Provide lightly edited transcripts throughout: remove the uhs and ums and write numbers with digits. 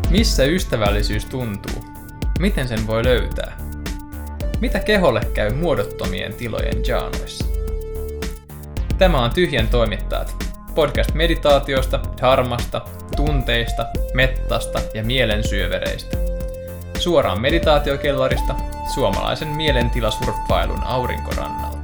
Missä ystävällisyys tuntuu? Miten sen voi löytää? Mitä keholle käy muodottomien tilojen jaanoissa? Tämä on Tyhjän toimittajat, podcast meditaatiosta, dharmasta, tunteista, mettasta ja mielensyövereistä. Suoraan meditaatiokellarista, suomalaisen mielentilasurffailun aurinkorannalta.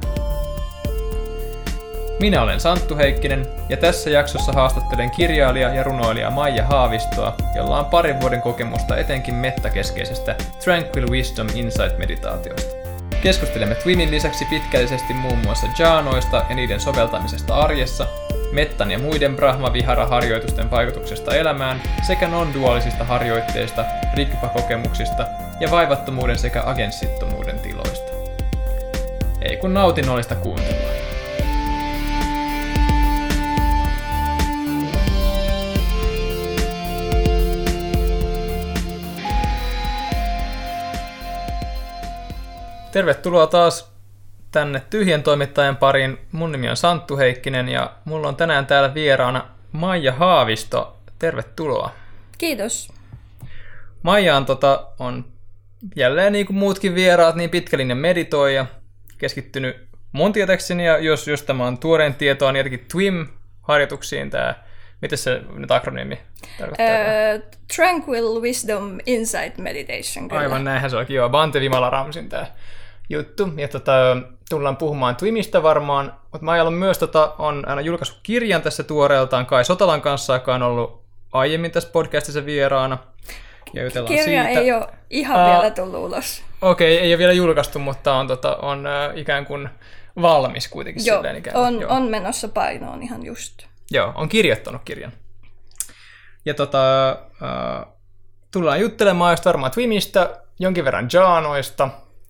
Minä olen Santtu Heikkinen ja tässä jaksossa haastattelen kirjailija ja runoilija Maija Haavistoa, jolla on parin vuoden kokemusta etenkin mettakeskeisestä Tranquil Wisdom Insight-meditaatiosta. Keskustelemme Twimin lisäksi pitkällisesti muun muassa jaanoista ja niiden soveltamisesta arjessa, mettan ja muiden Brahma-vihara-harjoitusten vaikutuksesta elämään sekä non-duaalisista harjoitteista, rigpa-kokemuksista ja vaivattomuuden sekä agenssittomuuden tiloista. Ei kun nautinnollista kuuntelua. Tervetuloa taas tänne Tyhjän toimittajan pariin. Mun nimi on Santtu Heikkinen ja mulla on tänään täällä vieraana Maija Haavisto. Tervetuloa. Kiitos. Maija on jälleen niin kuin muutkin vieraat niin pitkällinen meditoija, keskittynyt mun tietääkseni ja jos tämä on tuoreen tietoa, niin jotenkin TWIM-harjoituksiin miten se nyt akronyymi tarkoittaa? Tranquil Wisdom Insight Meditation. Kyllä. Aivan näinhän se onkin, joo. Bhante Vimalaramsin tämä juttu. Ja tullaan puhumaan TWIMistä varmaan, mutta Maijalla on myös on aina julkaissut kirjan tässä tuoreeltaan Kai Sotalan kanssa, joka on ollut aiemmin tässä podcastissa vieraana. Ja kirja siitä. Ei ole ihan vielä tullut ulos. Okei, ei ole vielä julkaistu, mutta on ikään kuin valmis kuitenkin. Joo, on menossa painoon ihan just. Joo, on kirjoittanut kirjan. Ja tullaan juttelemaan just varmaan TWIMistä, jonkin verran jaanoista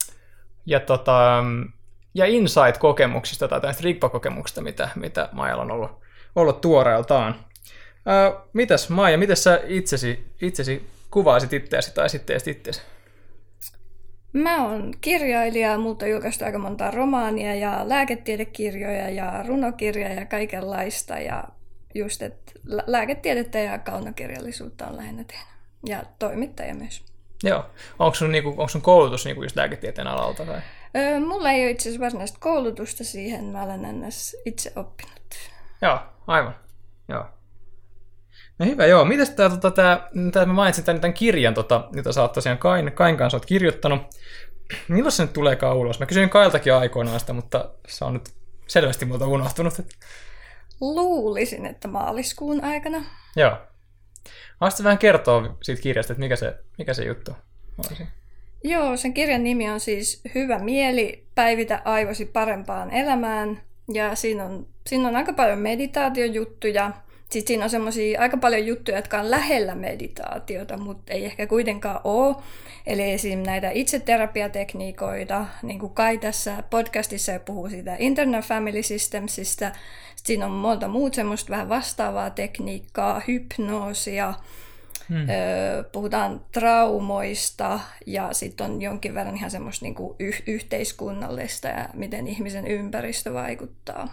ja insight-kokemuksista tai tästä rigpa-kokemuksista, mitä Maijalla on ollut tuoreeltaan. Mitäs Maija, miten sä itsesi kuvaisit itseäsi tai esitteisit itsesi? Mä oon kirjailija, multa on julkaistu aika monta romaania ja lääketiedekirjoja ja runokirjaa ja kaikenlaista. Ja just, että lääketiedettä ja kaunokirjallisuutta on lähinnä tehnyt. Ja toimittaja myös. Joo. Onko sun koulutus just lääketieteen alalta? Tai? Mulla ei ole itse asiassa varsinaista koulutusta siihen. Mä olen ennäs itse oppinut. Joo, aivan. Joo. No hyvä, joo. Mites mä mainitsin tämän kirjan, jota sä oot tosiaan Kain kanssa oot kirjoittanut. Milloin se nyt tuleekaan ulos? Mä kysyin Kailtakin aikoinaan sitä, mutta se on nyt selvästi multa unohtunut. Luulisin, että maaliskuun aikana. Joo. Haluaisitko vähän kertoa siitä kirjasta, että mikä se juttu olisi? Joo, sen kirjan nimi on siis Hyvä mieli, päivitä aivosi parempaan elämään. Ja siinä on aika paljon meditaatiojuttuja. Sitten siinä on semmoisia aika paljon juttuja, jotka on lähellä meditaatiota, mutta ei ehkä kuitenkaan ole. Eli esimerkiksi näitä itseterapiatekniikoita, niin kuin Kai tässä podcastissa jo puhuu siitä Internal Family Systemsistä. Sitten siinä on monta muuta semmoista vähän vastaavaa tekniikkaa, hypnoosia, puhutaan traumoista ja sitten on jonkin verran ihan semmoista niin kuin yhteiskunnallista ja miten ihmisen ympäristö vaikuttaa.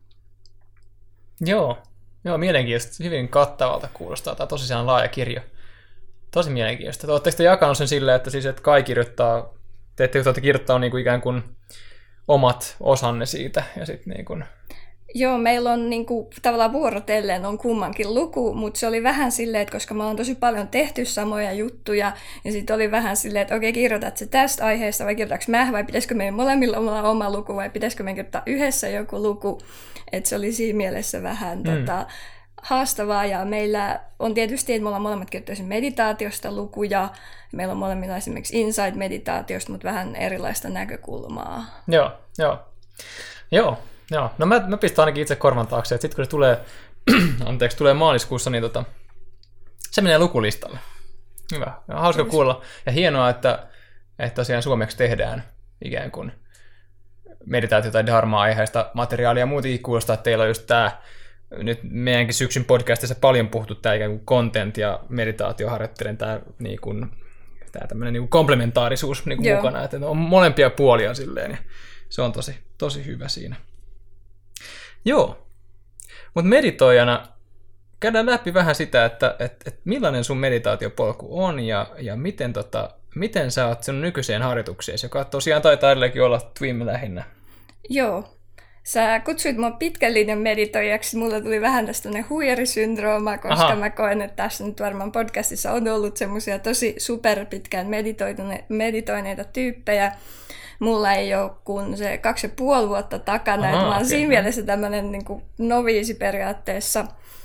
Joo, mielenkiintoista. Hyvin kattavalta kuulostaa. Tämä on tosi laaja kirja. Tosi mielenkiintoista. Oletteko te jakanut sen silleen, että Kai kirjoittaa, te olette kirjoittanut niin kuin ikään kuin omat osanne siitä ja sitten niin kuin... Joo, meillä on niin kuin, tavallaan vuorotellen on kummankin luku, mutta se oli vähän silleen, että koska me ollaan tosi paljon tehty samoja juttuja, ja sitten oli vähän silleen, että okei, kirjoitat se tästä aiheesta, vai kirjoitaks mä, vai pitäisikö meidän molemmilla olla oma luku, vai pitäisikö meidän kirjoittaa yhdessä joku luku, että se oli siinä mielessä vähän haastavaa, ja meillä on tietysti, että me ollaan molemmat kirjoittaisiin meditaatiosta lukuja, meillä on molemmilla esimerkiksi insight-meditaatiosta, mutta vähän erilaista näkökulmaa. Joo. No mä pistän ainakin itse korvan taakse, että sitten kun se tulee maaliskuussa, niin se menee lukulistalle. Hyvä. Hauska kuulla. Ja hienoa, että tosiaan suomeksi tehdään ikään kuin meditaatio- tai dharma-aiheista materiaalia. Muutenkin kuulostaa, että teillä on just tämä, nyt meidänkin syksyn podcastissa paljon puhuttu tämä ikään kuin content- ja meditaatioharjoittelen tämä tämmöinen niin kuin komplementaarisuus niin kuin mukana. Että on molempia puolia silleen, ja se on tosi hyvä siinä. Joo, mutta meditoijana käydään läpi vähän sitä, että millainen sun meditaatiopolku on ja miten sä oot sun nykyiseen harjoitukseen, joka tosiaan taitaa edelleenkin olla Twim lähinnä. Joo. Sä kutsuit mua pitkän linjan meditoijaksi. Mulla tuli vähän tästä huijarisyndrooma, koska mä koen, että tässä nyt varmaan podcastissa on ollut semmoisia tosi superpitkään meditoineita tyyppejä. Mulla ei ole kuin se 2,5 vuotta takana, että mä oon siinä mielessä tämmöinen niin kuin noviisi periaatteessa.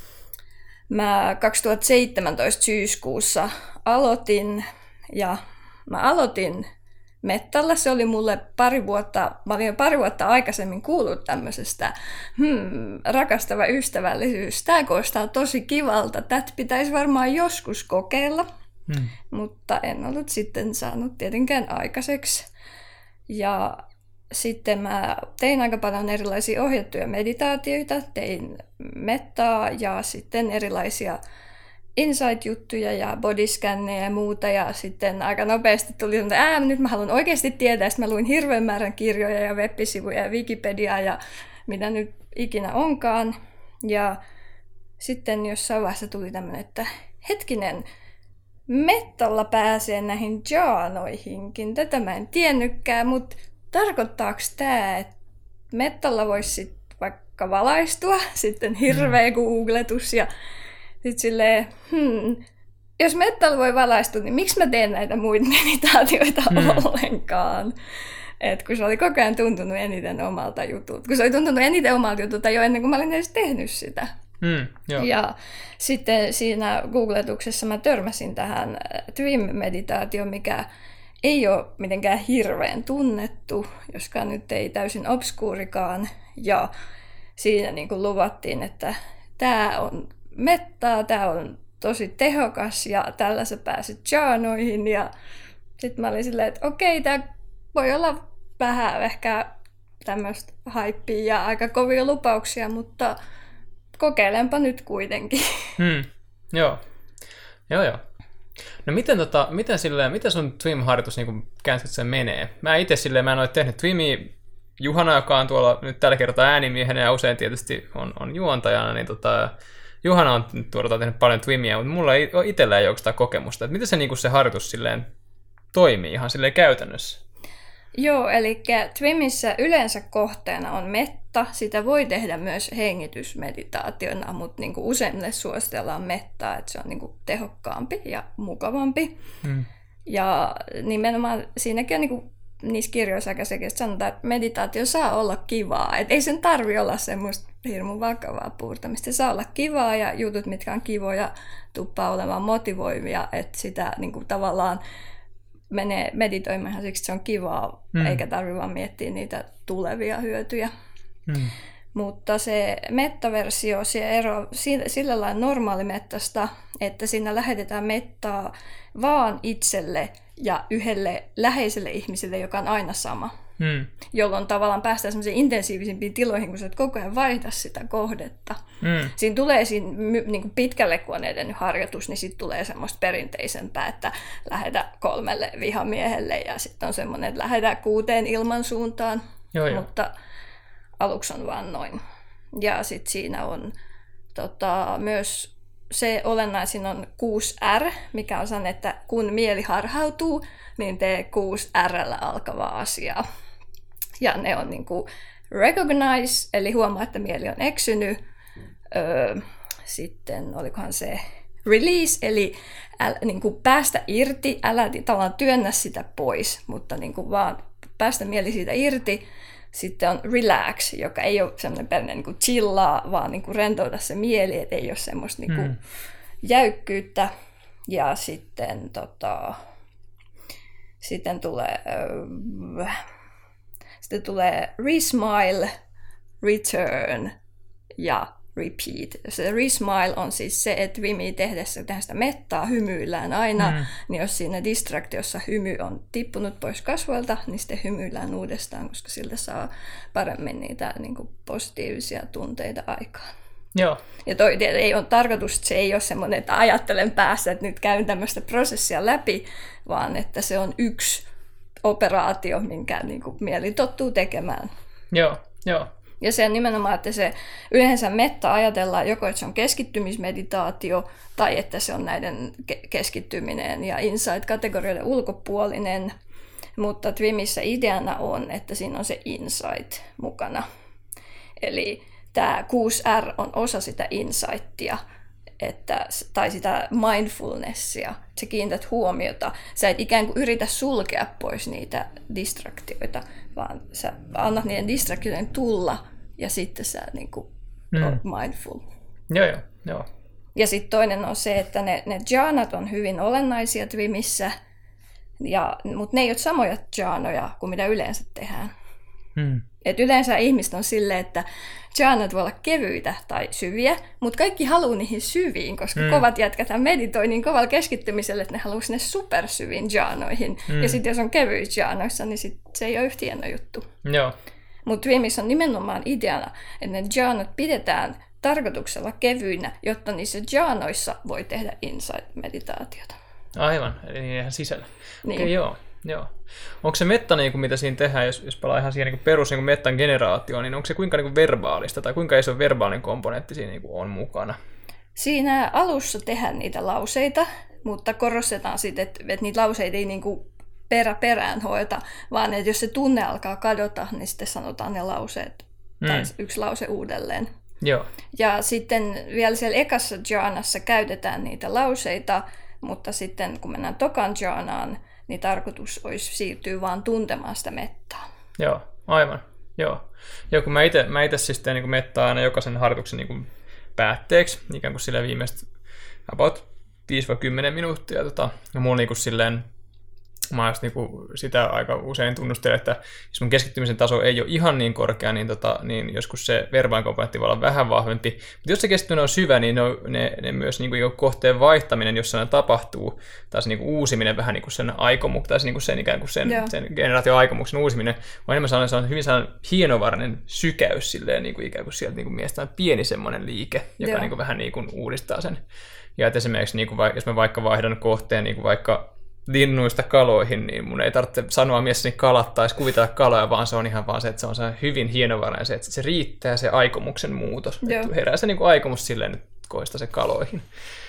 Mä 2017 syyskuussa aloitin ja mä aloitin Mettalla. Se oli mulle mä olin jo pari vuotta aikaisemmin kuullut tämmöisestä rakastava ystävällisyys. Tää kuulostaa tosi kivalta. Tätä pitäisi varmaan joskus kokeilla, mutta en ollut sitten saanut tietenkään aikaiseksi. Ja sitten mä tein aika paljon erilaisia ohjattuja meditaatioita, tein mettaa ja sitten erilaisia insight-juttuja ja bodyscanneja ja muuta, ja sitten aika nopeasti tuli, että nyt mä haluan oikeasti tietää, sitten mä luin hirveän määrän kirjoja ja web-sivuja ja Wikipediaa ja mitä nyt ikinä onkaan, ja sitten jossain vaiheessa tuli tämmöinen, että hetkinen, Mettalla pääsee näihin jaanoihinkin, tätä mä en tiennytkään, mutta tarkoittaako tämä, että Mettalla voisi sitten vaikka valaistua, sitten hirveä googletus ja sitten silleen, jos Mettalla voi valaistua, niin miksi mä teen näitä muita meditaatioita ollenkaan? Et kun se oli koko ajan tuntunut eniten omalta jutulta. Kun se oli tuntunut eniten omalta jutulta jo ennen kuin mä olin edes tehnyt sitä. Ja sitten siinä googletuksessa mä törmäsin tähän Twim-meditaatioon, mikä ei ole mitenkään hirveän tunnettu, joskaan nyt ei täysin obskuurikaan. Ja siinä niin kuin luvattiin, että tämä on mettaa, tämä on tosi tehokas ja tällä sä pääset jaanoihin. Ja sitten mä olin silleen, että okei, tämä voi olla vähän ehkä tämmöistä haippia ja aika kovia lupauksia, mutta kokeilenpa nyt kuitenkin. Joo. No miten sun Twim-harjoitus niin käänsit menee? Mä en ole tehnyt Twimia. Juhana, joka on tuolla nyt tällä kertaa äänimiehenä ja usein tietysti on juontajana, niin Juhana on tehnyt paljon Twimia, mutta mulla ei ole itsellä ei oikeastaan kokemusta. Että miten se, niin se harjoitus silleen toimii ihan silleen käytännössä? Joo, eli Twimissä yleensä kohteena on metta. Sitä voi tehdä myös hengitysmeditaationa, mutta niinku useimmille suositellaan mettaa, että se on niinku tehokkaampi ja mukavampi. Ja nimenomaan siinäkin on niinku niissä kirjoissa aika selkeästi sanotaan, että meditaatio saa olla kivaa. Et ei sen tarvitse olla semmoista hirmu vakavaa puurtamista. Se saa olla kivaa ja jutut, mitkä on kivoja, tuppaa olemaan motivoivia, että sitä niinku tavallaan menee meditoimaan siksi, että se on kivaa, eikä tarvitse vaan miettiä niitä tulevia hyötyjä. Mutta se mettaversio, se eroaa sillä lailla normaalimettasta, että siinä lähetetään mettaa vaan itselle ja yhdelle läheiselle ihmiselle, joka on aina sama. Jolloin tavallaan päästään semmoisiin intensiivisimpiin tiloihin, kun sä et koko ajan vaihda sitä kohdetta. Siinä tulee niin kuin pitkälle, kun on edennyt harjoitus, niin sitten tulee semmoista perinteisempää, että lähetä 3 vihamiehelle ja sitten on semmoinen, että lähetä 6 ilmansuuntaan. Mutta aluksi on vaan noin. Ja sitten siinä on myös se olennaisin on 6R, mikä on sellainen, että kun mieli harhautuu, niin tee 6R:llä alkavaa asiaa. Ja ne on niin kuin recognize, eli huomaa, että mieli on eksynyt. Sitten olikohan se release, eli niin kuin päästä irti, älä tavallaan työnnä sitä pois, mutta niin kuin vaan päästä mieli siitä irti. Sitten on relax, joka ei ole semmoinen perinteinen niin kuin chillaa, vaan niin kuin rentouta se mieli, että ei ole semmoista niin kuin jäykkyyttä. Ja sitten, sitten tulee resmile, return ja repeat. Se resmile on siis se, että Twimia tehdään sitä mettaa, hymyillään aina, niin jos siinä distraktiossa hymy on tippunut pois kasvoilta, niin sitten hymyillään uudestaan, koska siltä saa paremmin niitä niin kuin positiivisia tunteita aikaan. Joo. Ja toi ei ole tarkoitus, että se ei ole semmoinen, että ajattelen päässä, että nyt käyn tämmöistä prosessia läpi, vaan että se on yksi operaatio, minkä niin kuin mieli tottuu tekemään. Joo. Ja se on nimenomaan, että se yleensä metta ajatellaan joko, että se on keskittymismeditaatio tai että se on näiden keskittyminen ja insight-kategorioiden ulkopuolinen. Mutta Twimissä ideana on, että siinä on se insight mukana. Eli tämä 6R on osa sitä insightia, tai sitä mindfulnessia. Sä kiinnität huomiota. Sä et ikään kuin yritä sulkea pois niitä distraktioita, vaan sä annat niiden distraktioiden tulla ja sitten sä niin kuin oot mindful. Joo. Ja sitten toinen on se, että ne jhanat on hyvin olennaisia Twimissä, mutta ne ei ole samoja jhanoja kuin mitä yleensä tehdään. Et yleensä ihmiset on silleen, että jhanat voi olla kevyitä tai syviä, mutta kaikki haluaa niihin syviin, koska kovat jätkäthän meditoi niin kovalla keskittymisellä, että ne haluaa sinne supersyviin jhanoihin. Ja sitten jos on kevyissä jhanoissa, niin se ei ole yhtä hieno juttu. Mutta Twimissä on nimenomaan ideana, että ne jhanat pidetään tarkoituksella kevyinä, jotta niissä jhanoissa voi tehdä insight-meditaatiota. Aivan, eli ihan sisällä. Niin. Okei, joo. Onko se metta, niin kuin mitä siinä tehdään, jos palaa ihan siihen niin perus niin mettan generaatioon, niin onko se kuinka niin verbaalista tai kuinka iso verbaalinen komponentti siinä niin on mukana? Siinä alussa tehdään niitä lauseita, mutta korostetaan sitten, että niitä lauseita ei niin kuin perään hoeta, vaan että jos se tunne alkaa kadota, niin sitten sanotaan ne lauseet tai yksi lause uudelleen. Joo. Ja sitten vielä siellä ekassa jhanassa käytetään niitä lauseita, mutta sitten kun mennään tokan jhanaan, niin tarkoitus olisi siirtyä vaan tuntemaan sitä mettaa. Joo, aivan. Joo, kun mä itse siis teen niin mettaa aina jokaisen harjoituksen niin päätteeksi, ikään kuin sillä viimeistä about 5-10 minuuttia. Ja mulla niin silleen, mä just niinku sitä aika usein tunnustelen, että jos mun keskittymisen taso ei ole ihan niin korkea, niin joskus se verbaalinen komponentti voi olla vähän vahvempi. Mutta jos se keskittyminen on syvä, niin ne myös niinku kohteen vaihtaminen, jos sellainen tapahtuu, tai se niinku uusiminen vähän niinku sen aikomuksen, tai niinku sen ikään kuin sen generaation aikomuksen uusiminen, on enemmän sellainen hyvin sellainen hienovarainen sykäys silleen, niinku ikään kuin sieltä niinku mielestäni pieni semmoinen liike, joka niinku vähän niinku uudistaa sen. Ja että esimerkiksi niinku, jos mä vaikka vaihdan kohteen niinku vaikka linnuista kaloihin, niin mun ei tarvitse sanoa mielessäni kalat tai kuvitella kaloja, vaan se on ihan vaan se, että se on hyvin hienovarainen se, että se riittää se aikomuksen muutos. Että herää se niin kuin aikomus silleen, että koista se kaloihin.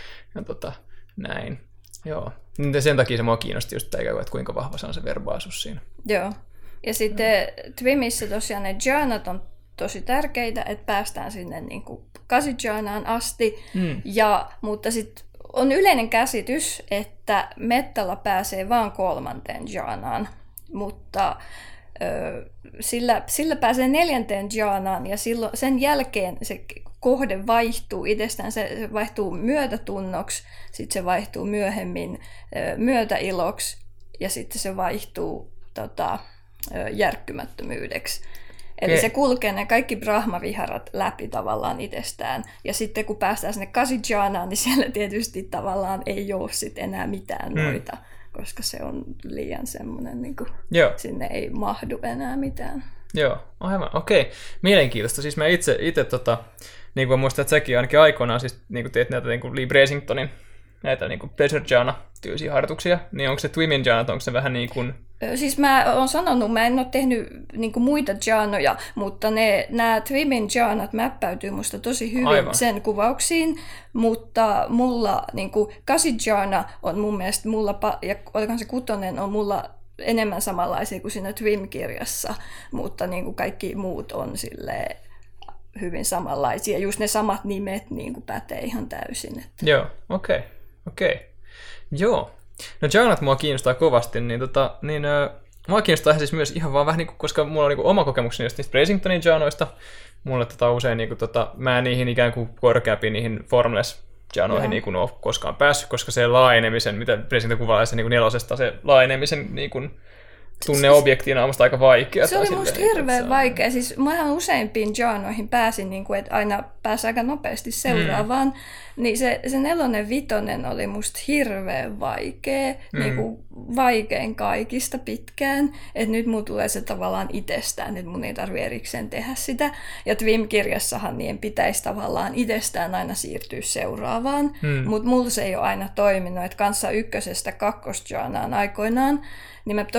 Ja näin. Joo. Sen takia se mua kiinnosti just tämä, että kuinka vahva se on se verbaalisuus siinä. Joo. Ja sitten Twimissä tosiaan ne jhanat on tosi tärkeitä, että päästään sinne niin kuin 8 jhanaan asti. Mutta sitten on yleinen käsitys, että mettalla pääsee vain 3. jhanaan, mutta sillä pääsee 4. jhanaan ja silloin sen jälkeen se kohde vaihtuu itsestään, se vaihtuu myötätunnoksi, sitten se vaihtuu myöhemmin myötäiloksi ja sitten se vaihtuu järkkymättömyydeksi. Eli se kulkee ne kaikki brahmaviharat läpi tavallaan itsestään. Ja sitten kun päästään sinne 8 jhanaan, niin siellä tietysti tavallaan ei ole sit enää mitään noita, koska se on liian semmoinen, niin kuin, sinne ei mahdu enää mitään. Joo, aivan, okei. Mielenkiintoista. Siis mä itse niin kuin muistan, että säkin ainakin aikoinaan siis, niin kuin teet näitä niin kuin Lee Brasingtonin näitä niin kuin pleasure jhana-tyylisiä harjoituksia, niin onko se Twimin jhanat, onko se vähän niin kuin... Siis mä oon sanonut, mä en ole tehnyt niinku muita jhanoja, mutta nämä Twimin jhanat mäppäytyy musta tosi hyvin sen kuvauksiin, mutta mulla niinku 8 jhana on mun mielestä ja olikohan se 6 on mulla enemmän samanlaisia kuin siinä Twim-kirjassa, mutta niinku kaikki muut on silleen hyvin samanlaisia, just ne samat nimet niinku pätee ihan täysin. Että. Joo, okei. Joo. No jhanat mua kiinnostaa kovasti, niin mua kiinnostaa siis myös ihan vaan vähän, niin kuin, koska mulla on niin kuin oma kokemukseni just niistä Brasingtonin jhanoista. Mulle usein, niin kuin, mä niihin ikään kuin korkeampiin niihin formless jhanoihin niin kuin ole koskaan päässyt, koska se laajenemisen, mitä Brasington kuvaa se niin 4, se laajenemisen niin kuin, tunneobjektiina on musta aika vaikea. Se oli musta hirveän vaikea. Siis mä ihan useimpiin jhanoihin pääsin, niin kuin, että aina pääsi aika nopeasti seuraavaan. Niin se 4, 5 oli musta hirveän vaikea. Niin kuin vaikein kaikista pitkään. Että nyt mun tulee se tavallaan itsestään, että mun ei tarvitse erikseen tehdä sitä. Ja Twim-kirjassahan niiden pitäisi tavallaan itsestään aina siirtyä seuraavaan. Mutta mulla se ei ole aina toiminut. Että kanssa 1. 2. jhanaan aikoinaan niin mä tosi pitkään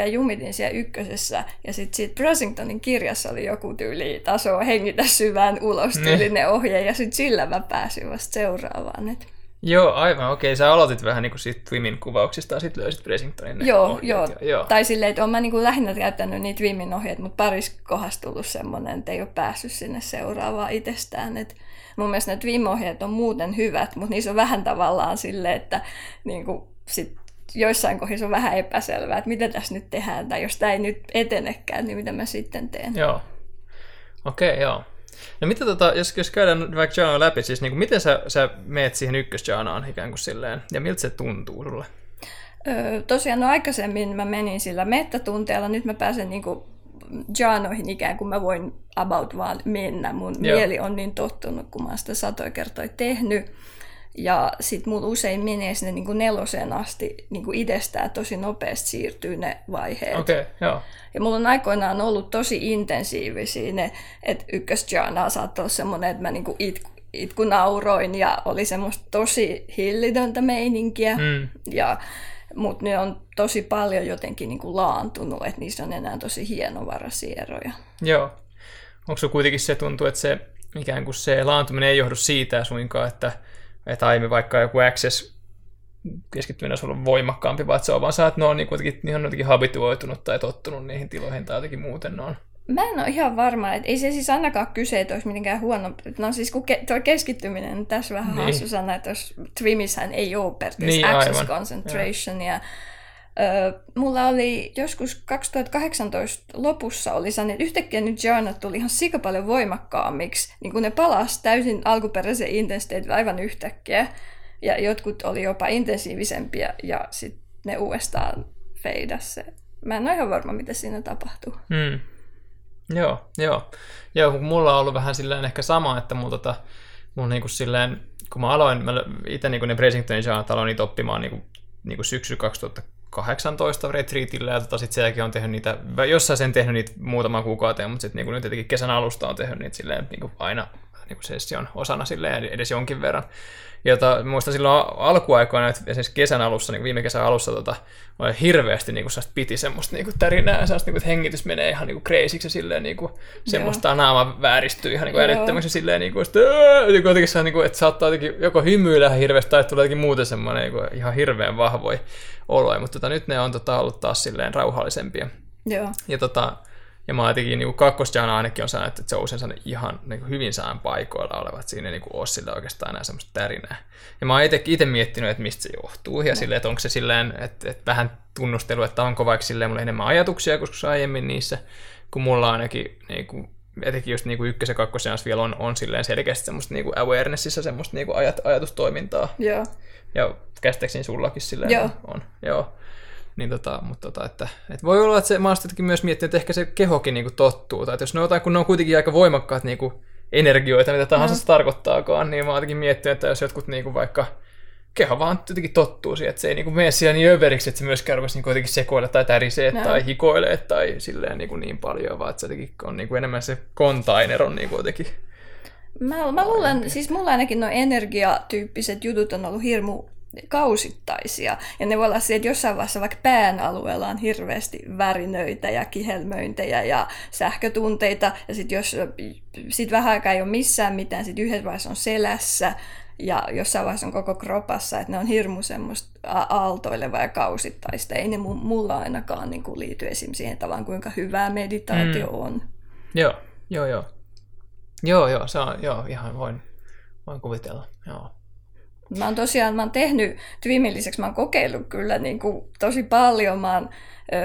jumitin siellä ykkösessä, ja sitten siitä Brasingtonin kirjassa oli joku tyyli taso hengitä syvään ulos tyylinen ohje, ja sitten sillä mä pääsin vasta seuraavaan. Joo, aivan. Okei, sä aloitit vähän niin kuin siitä Twimin kuvauksista ja sitten löysit Brasingtonin Joo. Tai silleen, että olen mä niin kuin lähinnä käyttänyt niitä Twimin ohjeet, mutta parissa kohdassa tullut semmoinen, että ei ole päässyt sinne seuraavaan itsestään. Et mun mielestä ne Twim-ohjeet on muuten hyvät, mutta niissä on vähän tavallaan silleen, että niin kuin sit joissain kohdissa on vähän epäselvää, että mitä tässä nyt tehdään, tai jos tämä ei nyt etenekään, niin mitä mä sitten teen. Joo. Okei, joo. No mitä jos käydään vaikka Jaanaa läpi, siis niin kuin, miten sä meet siihen ykkösjaanaan ikään kuin silleen, ja miltä se tuntuu sulle? Tosiaan aikaisemmin mä menin sillä mettatunteella, nyt mä pääsen niin kuin jaanoihin ikään kuin mä voin about vaan mennä. Mun mieli on niin tottunut, kun mä oon sitä satoja kertoja tehnyt. Ja sit mulla usein menee sinne niin kuin 4 asti niin kuin itsestään tosi nopeasti siirtyy ne vaiheet. Okay, joo. Ja mulla on aikoinaan ollut tosi intensiivisiä ne, että ykkösjaanaa saattoi olla semmoinen, että mä niin kuin itku nauroin ja oli semmoista tosi hillitöntä meininkiä. Mutta ne on tosi paljon jotenkin niin kuin laantunut, että niissä on enää tosi hienovaraisia eroja. Joo. Onko se kuitenkin se tuntuu, että se ikään kuin se laantuminen ei johdu siitä suinkaan, että aiemmin vaikka joku access keskittyminen olisi ollut voimakkaampi, vaan että se on vaan se, että ne on jotenkin habituoitunut tai tottunut niihin tiloihin tai jotenkin muuten ne on. Mä en ole ihan varma, että ei se siis ainakaan kyse, että olisi mitenkään huono. No siis kun tuo keskittyminen, tässä vähän hassu sana, että Twimissähän ei ole periaatteessa access concentration. Ja, mulla oli joskus 2018 lopussa oli sellainen, että yhtäkkiä nyt journat tuli ihan sika paljon voimakkaammiksi, niin kun ne palasi täysin alkuperäiseen intensiteetin aivan yhtäkkiä. Ja jotkut oli jopa intensiivisempia ja sitten ne uudestaan feidasi. Mä en ole ihan varma, mitä siinä tapahtuu. Joo, kun mulla on ollut vähän silleen ehkä sama, että mun niinku silleen, kun mä itse niinku ne Brasingtonin jaanat aloin niitä oppimaan niinku syksy 2018 retreatillä, ja sitten sen jälkeen on tehnyt niitä, jossain sen tehnyt niitä muutaman kuukauteen, mutta sitten niinku nyt jotenkin kesän alusta on tehnyt niitä silleen niinku aina niinku session osana silleen edes jonkin verran. Ja muistan silloin alkuaikoina, että esimerkiksi kesän alussa, niin viime kesän alussa hirveästi niin piti semmoista niin tärinää, semmoista, niin että hengitys menee ihan niin crazyksi ja silleen niin semmoista naama vääristyy ihan niin älyttömäksi silleen, niin että jotenkin se on, niin että saattaa jotenkin joko hymyillä hirveästi tai tulee jotenkin muuten semmoinen niin ihan hirveän vahvoja oloja, mutta nyt ne on ollut taas silleen rauhallisempia. Joo. Ja mä jotenkin niin kakkosjaana ainakin on sanonut, että se on usein ihan niin hyvin saan paikoilla olevat. Siinä ei niin ole sillä oikeastaan enää semmoista tärinää. Ja mä oon itse miettinyt, että mistä se johtuu. Ja silleen, että onko se silleen, että vähän tunnustelu, että onko vaikka silleen mulla enemmän ajatuksia, koska aiemmin niissä, kun mulla ainakin niin etenkin just niin ykkös- ja kakkosjaanassa vielä on silleen selkeästi semmoista niin awarenessissa semmoista niin ajatustoimintaa. Joo. Ja käsittääkseni sullakin silleen on. Joo. Niin että voi olla, että mä oon jotenkin myös miettinyt, että ehkä se kehokin niinku tottuu, tai että jos ne on jotain, kun ne on kuitenkin aika voimakkaat niinku energioita, mitä tahansa se tarkoittaakaan, niin mä oon jotenkin miettinyt, että jos jotkut niinku vaikka keho vaan jotenkin tottuu siihen, että se ei niinku mene siellä niin överiksi, että se myöskään rupesi niinku jotenkin sekoilla tai tärisee tai hikoilee tai silleen niinku niin paljon, vaan että se jotenkin on niinku enemmän se container on niinku jotenkin. Mä luulen, siis mulla ainakin nuo energiatyyppiset jutut on ollut hirmu kausittaisia. Ja ne voi olla se, että jossain vaiheessa vaikka pään alueella on hirveästi värinöitä ja kihelmöintejä ja sähkötunteita. Ja sitten jos vähän aikaa ei ole missään mitään, sitten yhdessä vaiheessa on selässä ja jossain vaiheessa on koko kropassa. Että ne on hirmu semmoista aaltoilevaa ja kausittaista. Ei ne mulla ainakaan niin kuin liity esim. Siihen tavan, kuinka hyvää meditaatio on. Joo, se on, ihan voin kuvitella, joo. Mä oon tehnyt Twimin lisäksi, mä oon kokeillut kyllä niin kuin tosi paljon. Mä oon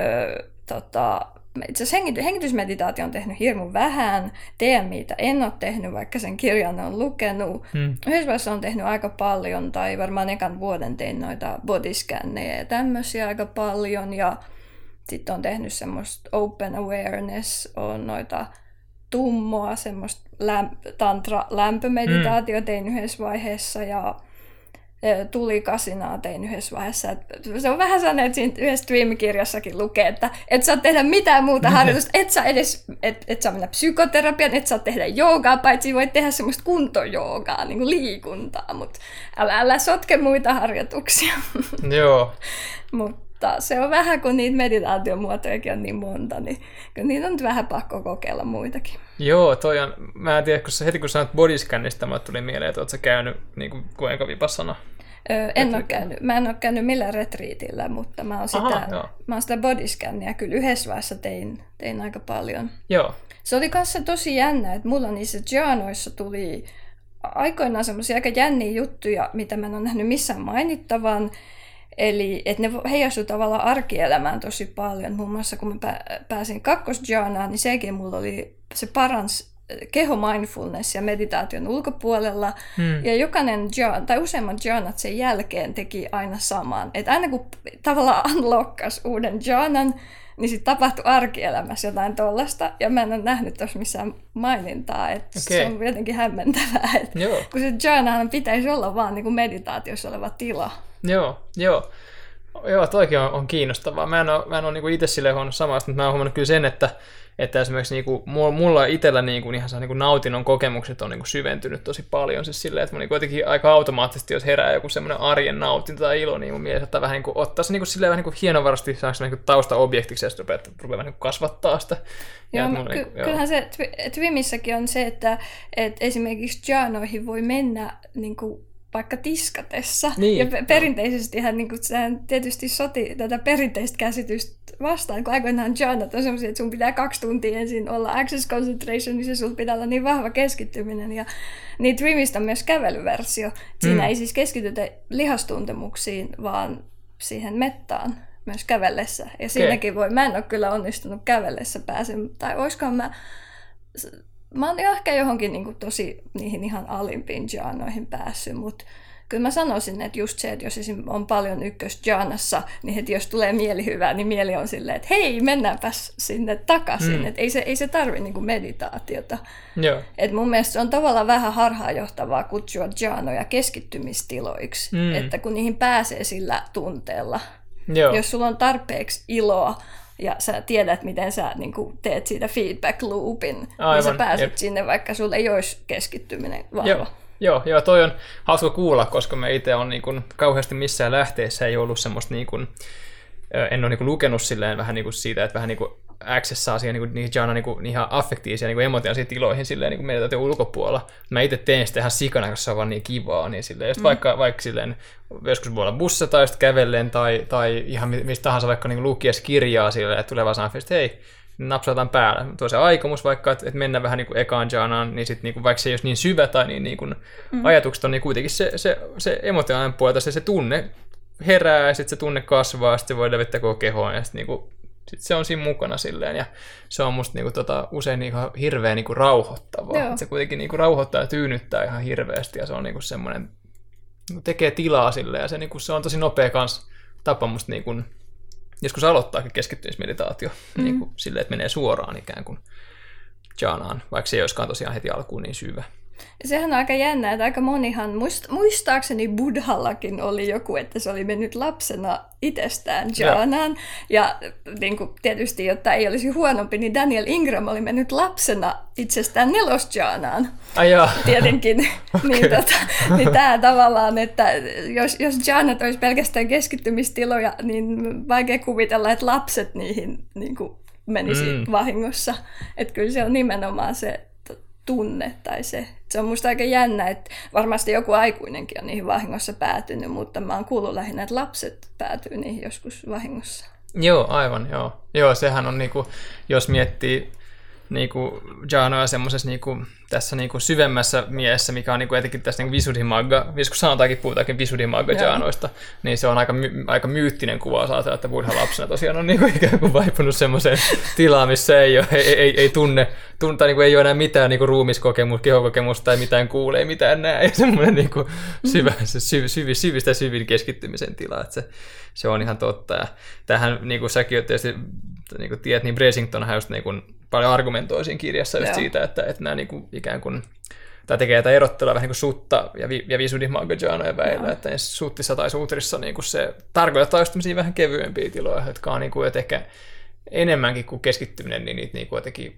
itse asiassa hengitysmeditaatio on tehnyt hirmu vähän. TMI:tä en ole tehnyt, vaikka sen kirjan on lukenut. Yhdessä vaiheessa on tehnyt aika paljon, tai varmaan ekan vuoden tein noita bodyscanneja ja tämmöisiä aika paljon. Ja sitten on tehnyt semmoista open awareness, on noita tummoa, semmoista tantra-lämpömeditaatio tein yhdessä vaiheessa ja tulikasinaa tein yhdessä vaiheessa. Se on vähän sellainen, että siinä yhdessä Twim-kirjassakin lukee, että et saa tehdä mitään muuta harjoitusta, et saa mennä psykoterapiaan, et saa tehdä joogaa, paitsi voit tehdä semmoista kuntojoogaa, niin kuin liikuntaa, mutta älä sotke muita harjoituksia. Joo. mutta se on vähän, kun niitä meditaatiomuotojakin on niin monta, niin kyllä niitä on nyt vähän pakko kokeilla muitakin. Joo, toi on, mä en tiedä, heti kun sanoit bodyscannista, mulle tuli mieleen, että ootko sä käynyt niin kuin kuinka vipassana? Mä en ole käynyt millään retriitillä, mutta mä oon sitä bodyscannia kyllä yhdessä vaiheessa tein aika paljon. Joo. Se oli kanssa tosi jännä, että mulla niissä jhanoissa tuli aikoinaan semmoisia aika jänniä juttuja, mitä mä en ole nähnyt missään mainittavan. Eli että ne heijastui tavallaan arkielämään tosi paljon. Muun muassa kun mä pääsin kakkosjhanaan, niin sekin mulla oli, se paransi keho mindfulness ja meditaation ulkopuolella. Ja jokainen jhana, tai useimmat jhanat sen jälkeen teki aina saman. Että aina kun tavallaan unlockas uuden jhanan, niin sitten tapahtui arkielämässä jotain tollasta, ja mä en ole nähnyt tuossa missään mainintaa, että se on jotenkin hämmentävää, että kun se jhanahan pitäisi olla vaan niin kuin meditaatiossa oleva tila. Joo, toikin on kiinnostavaa. Mä en ole niin itse silleen huomannut samaa, mutta mä oon huomannut kyllä sen, että esimerkiksi niinku, mulla itsellä niinku, ihan niinku nautinnon kokemukset on niinku syventynyt tosi paljon. Siis silleen, että mun niinku jotenkin aika automaattisesti, jos herää joku semmoinen arjen nautinto tai ilo, niin mun mielestä ottaa vähän niinku, ottaa se niinku, silleen vähän niinku hienovarasti niinku taustaobjektiksi ja sitten rupeaa vähän niinku kasvattaa sitä. Joo, kyllähän se Twimissäkin on se, että esimerkiksi jhanoihin voi mennä niinku vaikka tiskatessa. Niin, ja perinteisestihän niin sehän tietysti soti tätä perinteistä käsitystä vastaan, kun aikoinaan jhanat on semmoisia, että sun pitää 2 tuntia ensin olla access concentration, niin se sulla pitää olla niin vahva keskittyminen. Ja niin Twimistä on myös kävelyversio. Siinä ei siis keskitytä lihastuntemuksiin, vaan siihen mettaan myös kävellessä. Ja siinäkin mä en ole kyllä onnistunut kävellessä pääsen, tai olisikohan mä oon ehkä johonkin niin kuin tosi niihin ihan alimpiin jhanoihin päässyt, mutta kyllä mä sanoisin, että just se, että jos on paljon ykkösjhanassa, niin heti jos tulee mielihyvää, niin mieli on silleen, että hei, mennäänpäs sinne takaisin. Että ei se tarvi niin kuin meditaatiota. Et mun mielestä se on tavallaan vähän harhaanjohtavaa kutsua jhanoja keskittymistiloiksi, että kun niihin pääsee sillä tunteella. Jos sulla on tarpeeksi iloa, ja sä tiedät, miten sä niin kun teet siitä feedback loopin, niin sä pääset sinne, vaikka sulla ei olisi keskittyminen vahva. Joo, toi on hauska kuulla, koska me itse on niin kun, kauheasti missään lähteessä ei ollut semmoista, niin kun, en ole niin kun, lukenut silleen vähän niin kun siitä, että vähän niin kun accessaa siihen niihin jhana niin ihan affektiivisia niin emotionaalisiin tiloihin silleen niin meditaation ulkopuolella. Mä itse teen sitä ihan sikana, koska se on vaan niin kivaa, niin silleen, just vaikka silleen, joskus voi olla bussissa tai just kävellen tai ihan mistä tahansa vaikka niin lukies kirjaa silleen, että tulee vaan sanoa, että hei, napsautaan päällä. Tuo se aikomus vaikka, että mennään vähän niin kuin ekaan jhanaan, niin sitten niin vaikka se ei ole niin syvä tai niin kuin ajatukset on, niin kuitenkin se emotionaalinen puolta, se tunne herää ja sitten se tunne kasvaa, sitten se voi levittää koko kehoon ja sitten niin sitten se on siinä mukana silleen, ja se on musta niinku usein niinku hirveän niinku rauhoittavaa. Se kuitenkin niinku rauhoittaa ja tyynnyttää ihan hirveästi, ja se on niinku semmoinen, tekee tilaa silleen, ja se, niinku, se on tosi nopea kans tapa musta niinku, joskus aloittaakin keskittymismeditaatio, niinku, silleen, että menee suoraan ikään kuin jhanaan, vaikka se ei olisikaan tosiaan heti alkuun niin syvä. Sehän on aika jännä, että aika monihan, muistaakseni Buddhallakin oli joku, että se oli mennyt lapsena itsestään jhanaan. Ja niin kuin, tietysti, jotta ei olisi huonompi, niin Daniel Ingram oli mennyt lapsena itsestään 4-jhanaan. Tietenkin. Niin tämä tavallaan, että jos jhanat olisi pelkästään keskittymistiloja, niin vaikea kuvitella, että lapset niihin niin kuin menisi vahingossa. Että kyllä se on nimenomaan se tunne tai se on musta aika jännä, että varmasti joku aikuinenkin on niihin vahingossa päätynyt, mutta mä oon kuullut lähinnä, että lapset päätyy niihin joskus vahingossa. Joo, aivan, joo. Joo, sehän on niinku, jos miettii niinku jhanoja semmoisessa niinku tässä niinku syvemmässä mielessä, mikä on niinku etenkin tässä niinku Visuddhimagga, kun sanotaankin puhutaankin Visuddhimagga jhanoista, niin se on aika myyttinen kuva, jos ajatellaan, että Buddha lapsena tosiaan on niinku ikään kuin vaipunut semmoiseen tilaan, missä ei tunne tai niinku ei ole enää mitään niinku ruumiskokemusta, kehokokemusta tai mitään kuule, ei mitään näe, semmoinen niinku syvistä syvin keskittymisen tila, että se on ihan totta. Ja tähän niinku säkin oot tietysti niinku tiedät, niin Bracingtonhan just niinku paljon argumentoi siinä kirjassa just siitä, että nämä niinku ikään kuin, tai tekee tätä erottelua vähän niin kuin sutta ja Visuddhimagga jhanojen välillä, että suttissa tai suutrissa niinku se tarkoittaa just tämmöisiä vähän kevyempiä tiloja, jotka on niinku, ehkä enemmänkin kuin keskittyminen, niin niitä niinku jotenkin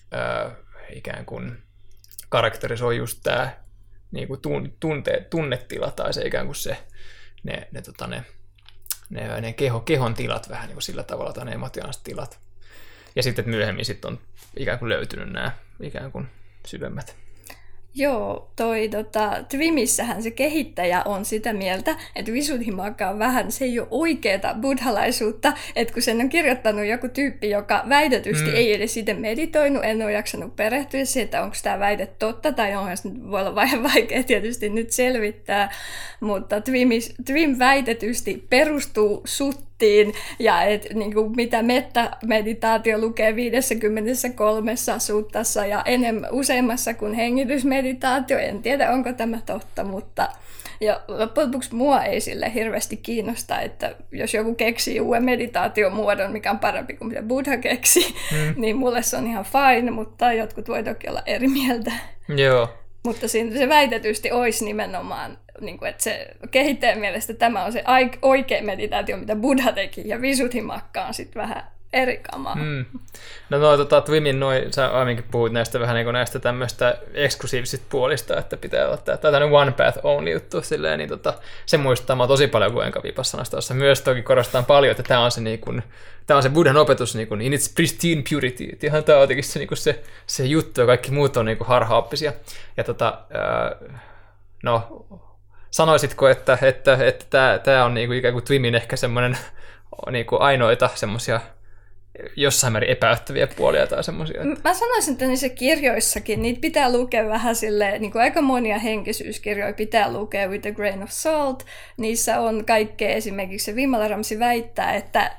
ikään kuin karakterisoi just tämä niinku tunnetila tai se ikään kuin se ne ne kehon tilat vähän niin kuin sillä tavalla, tai ne emotionaaliset tilat. Ja sitten että myöhemmin sitten on ikään kuin löytynyt nämä ikään kuin syvemmät. Joo, Twimissähän se kehittäjä on sitä mieltä, että Visuddhimagga on vähän, se ei ole oikeaa buddhalaisuutta, että kun sen on kirjoittanut joku tyyppi, joka väitetysti ei edes itse meditoinut, en ole jaksanut perehtyä siihen, että onko tämä väite totta, tai onhan se voi olla vaikea tietysti nyt selvittää, mutta Twim väitetysti perustuu suttiin, ja niinku, mitä metta-meditaatio lukee 53 suuttassa ja useammassa kuin hengitysmeditaatio, en tiedä onko tämä totta, mutta ja loppujen lopuksi mua ei sille hirveästi kiinnosta, että jos joku keksii uuden meditaatiomuodon, mikä on parempi kuin mitä Buddha keksi, niin mulle se on ihan fine, mutta jotkut voi toki olla eri mieltä. Joo. Mutta siinä se väitetysti olisi nimenomaan, niin kuin, että se kehittäjän mielestä tämä on se oikea meditaatio, mitä Buddha teki, ja Visuddhimagga on sitten vähän eri kamaa. No Twimin sä aiemminkin puhuit näistä vähän niin kuin näistä tämmöistä eksklusiivisista puolista, että pitää olla tämmöinen one path only juttu silleen, niin se muistaa mä tosi paljon Goenka Vipassanasta, jossa myös toki korostetaan paljon, että tämä on se Buddhan opetus niin kuin in its pristine purity, että ihan tämä on jotenkin se, niin kuin se juttu ja kaikki muut on niin kuin harhaoppisia. Ja no, sanoisitko, että tämä on niin kuin ikään kuin Twimin ehkä semmoinen niin kuin ainoita semmoisia jossain määrin epäyttäviä puolia tai semmoisia. Mä sanoisin, että niissä kirjoissakin niitä pitää lukea vähän silleen, niin kuin aika monia henkisyyskirjoja pitää lukea with a grain of salt. Niissä on kaikkea, esimerkiksi se Vimalaramsi väittää, että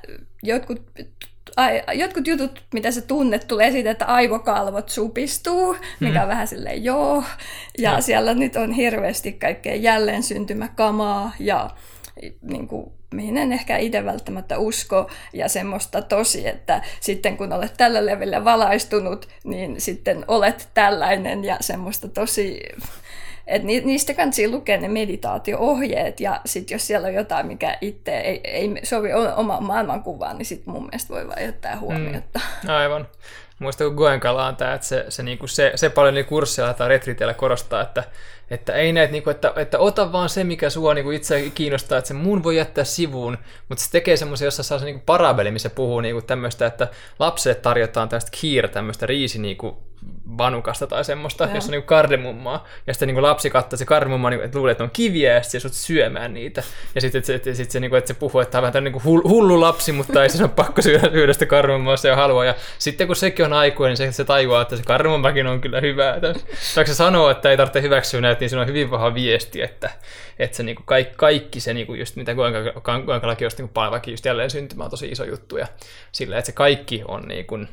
jotkut jutut, mitä sä tunnet, tulee siitä, että aivokalvot supistuu, mikä on vähän silleen joo. Ja siellä nyt on hirveästi kaikkea jälleen syntymäkamaa ja niin kuin, mihin en ehkä itse välttämättä usko, ja semmoista tosi, että sitten kun olet tällä levelillä valaistunut, niin sitten olet tällainen, ja semmoista tosi, että niistä kannattaa lukea ne meditaatio-ohjeet, ja sitten jos siellä on jotain, mikä itse ei sovi omaan maailmankuvaan, niin sitten mun mielestä voi vaan jättää huomiota. Aivan. Muistan, kun Goenkalla on tämä, että se paljon niin kursseilla tai retriiteillä korostaa, että ei näitä, että ota vaan se, mikä sua itse kiinnostaa, että se muun voi jättää sivuun, mutta se tekee semmoisia, jossa saa se parabeli, missä puhuu tämmöistä, että lapselle tarjotaan tämmöistä khiir, tämmöistä riisi vanukasta tai semmoista, jossa on kardemummaa, ja sitten lapsi katsoo se kardemummaa, että luulee, että on kiviä, ja sitten se sut syömään niitä, ja sitten se puhuu, että tämä on vähän hullu lapsi, mutta ei se ole pakko syödä sitä kardemummaa, jos se haluaa, ja sitten kun sekin on aikuinen, niin se tajuaa, että se kardemummakin on kyllä hyvää, vaikka se sanoo, että ei tarvitse hyväksyä näitä, niin se on hyvin vahva viesti, että se kaikki se, just mitä Goenkalakin on palvakin just jälleen syntymä on tosi iso juttu, ja sillä, että se kaikki on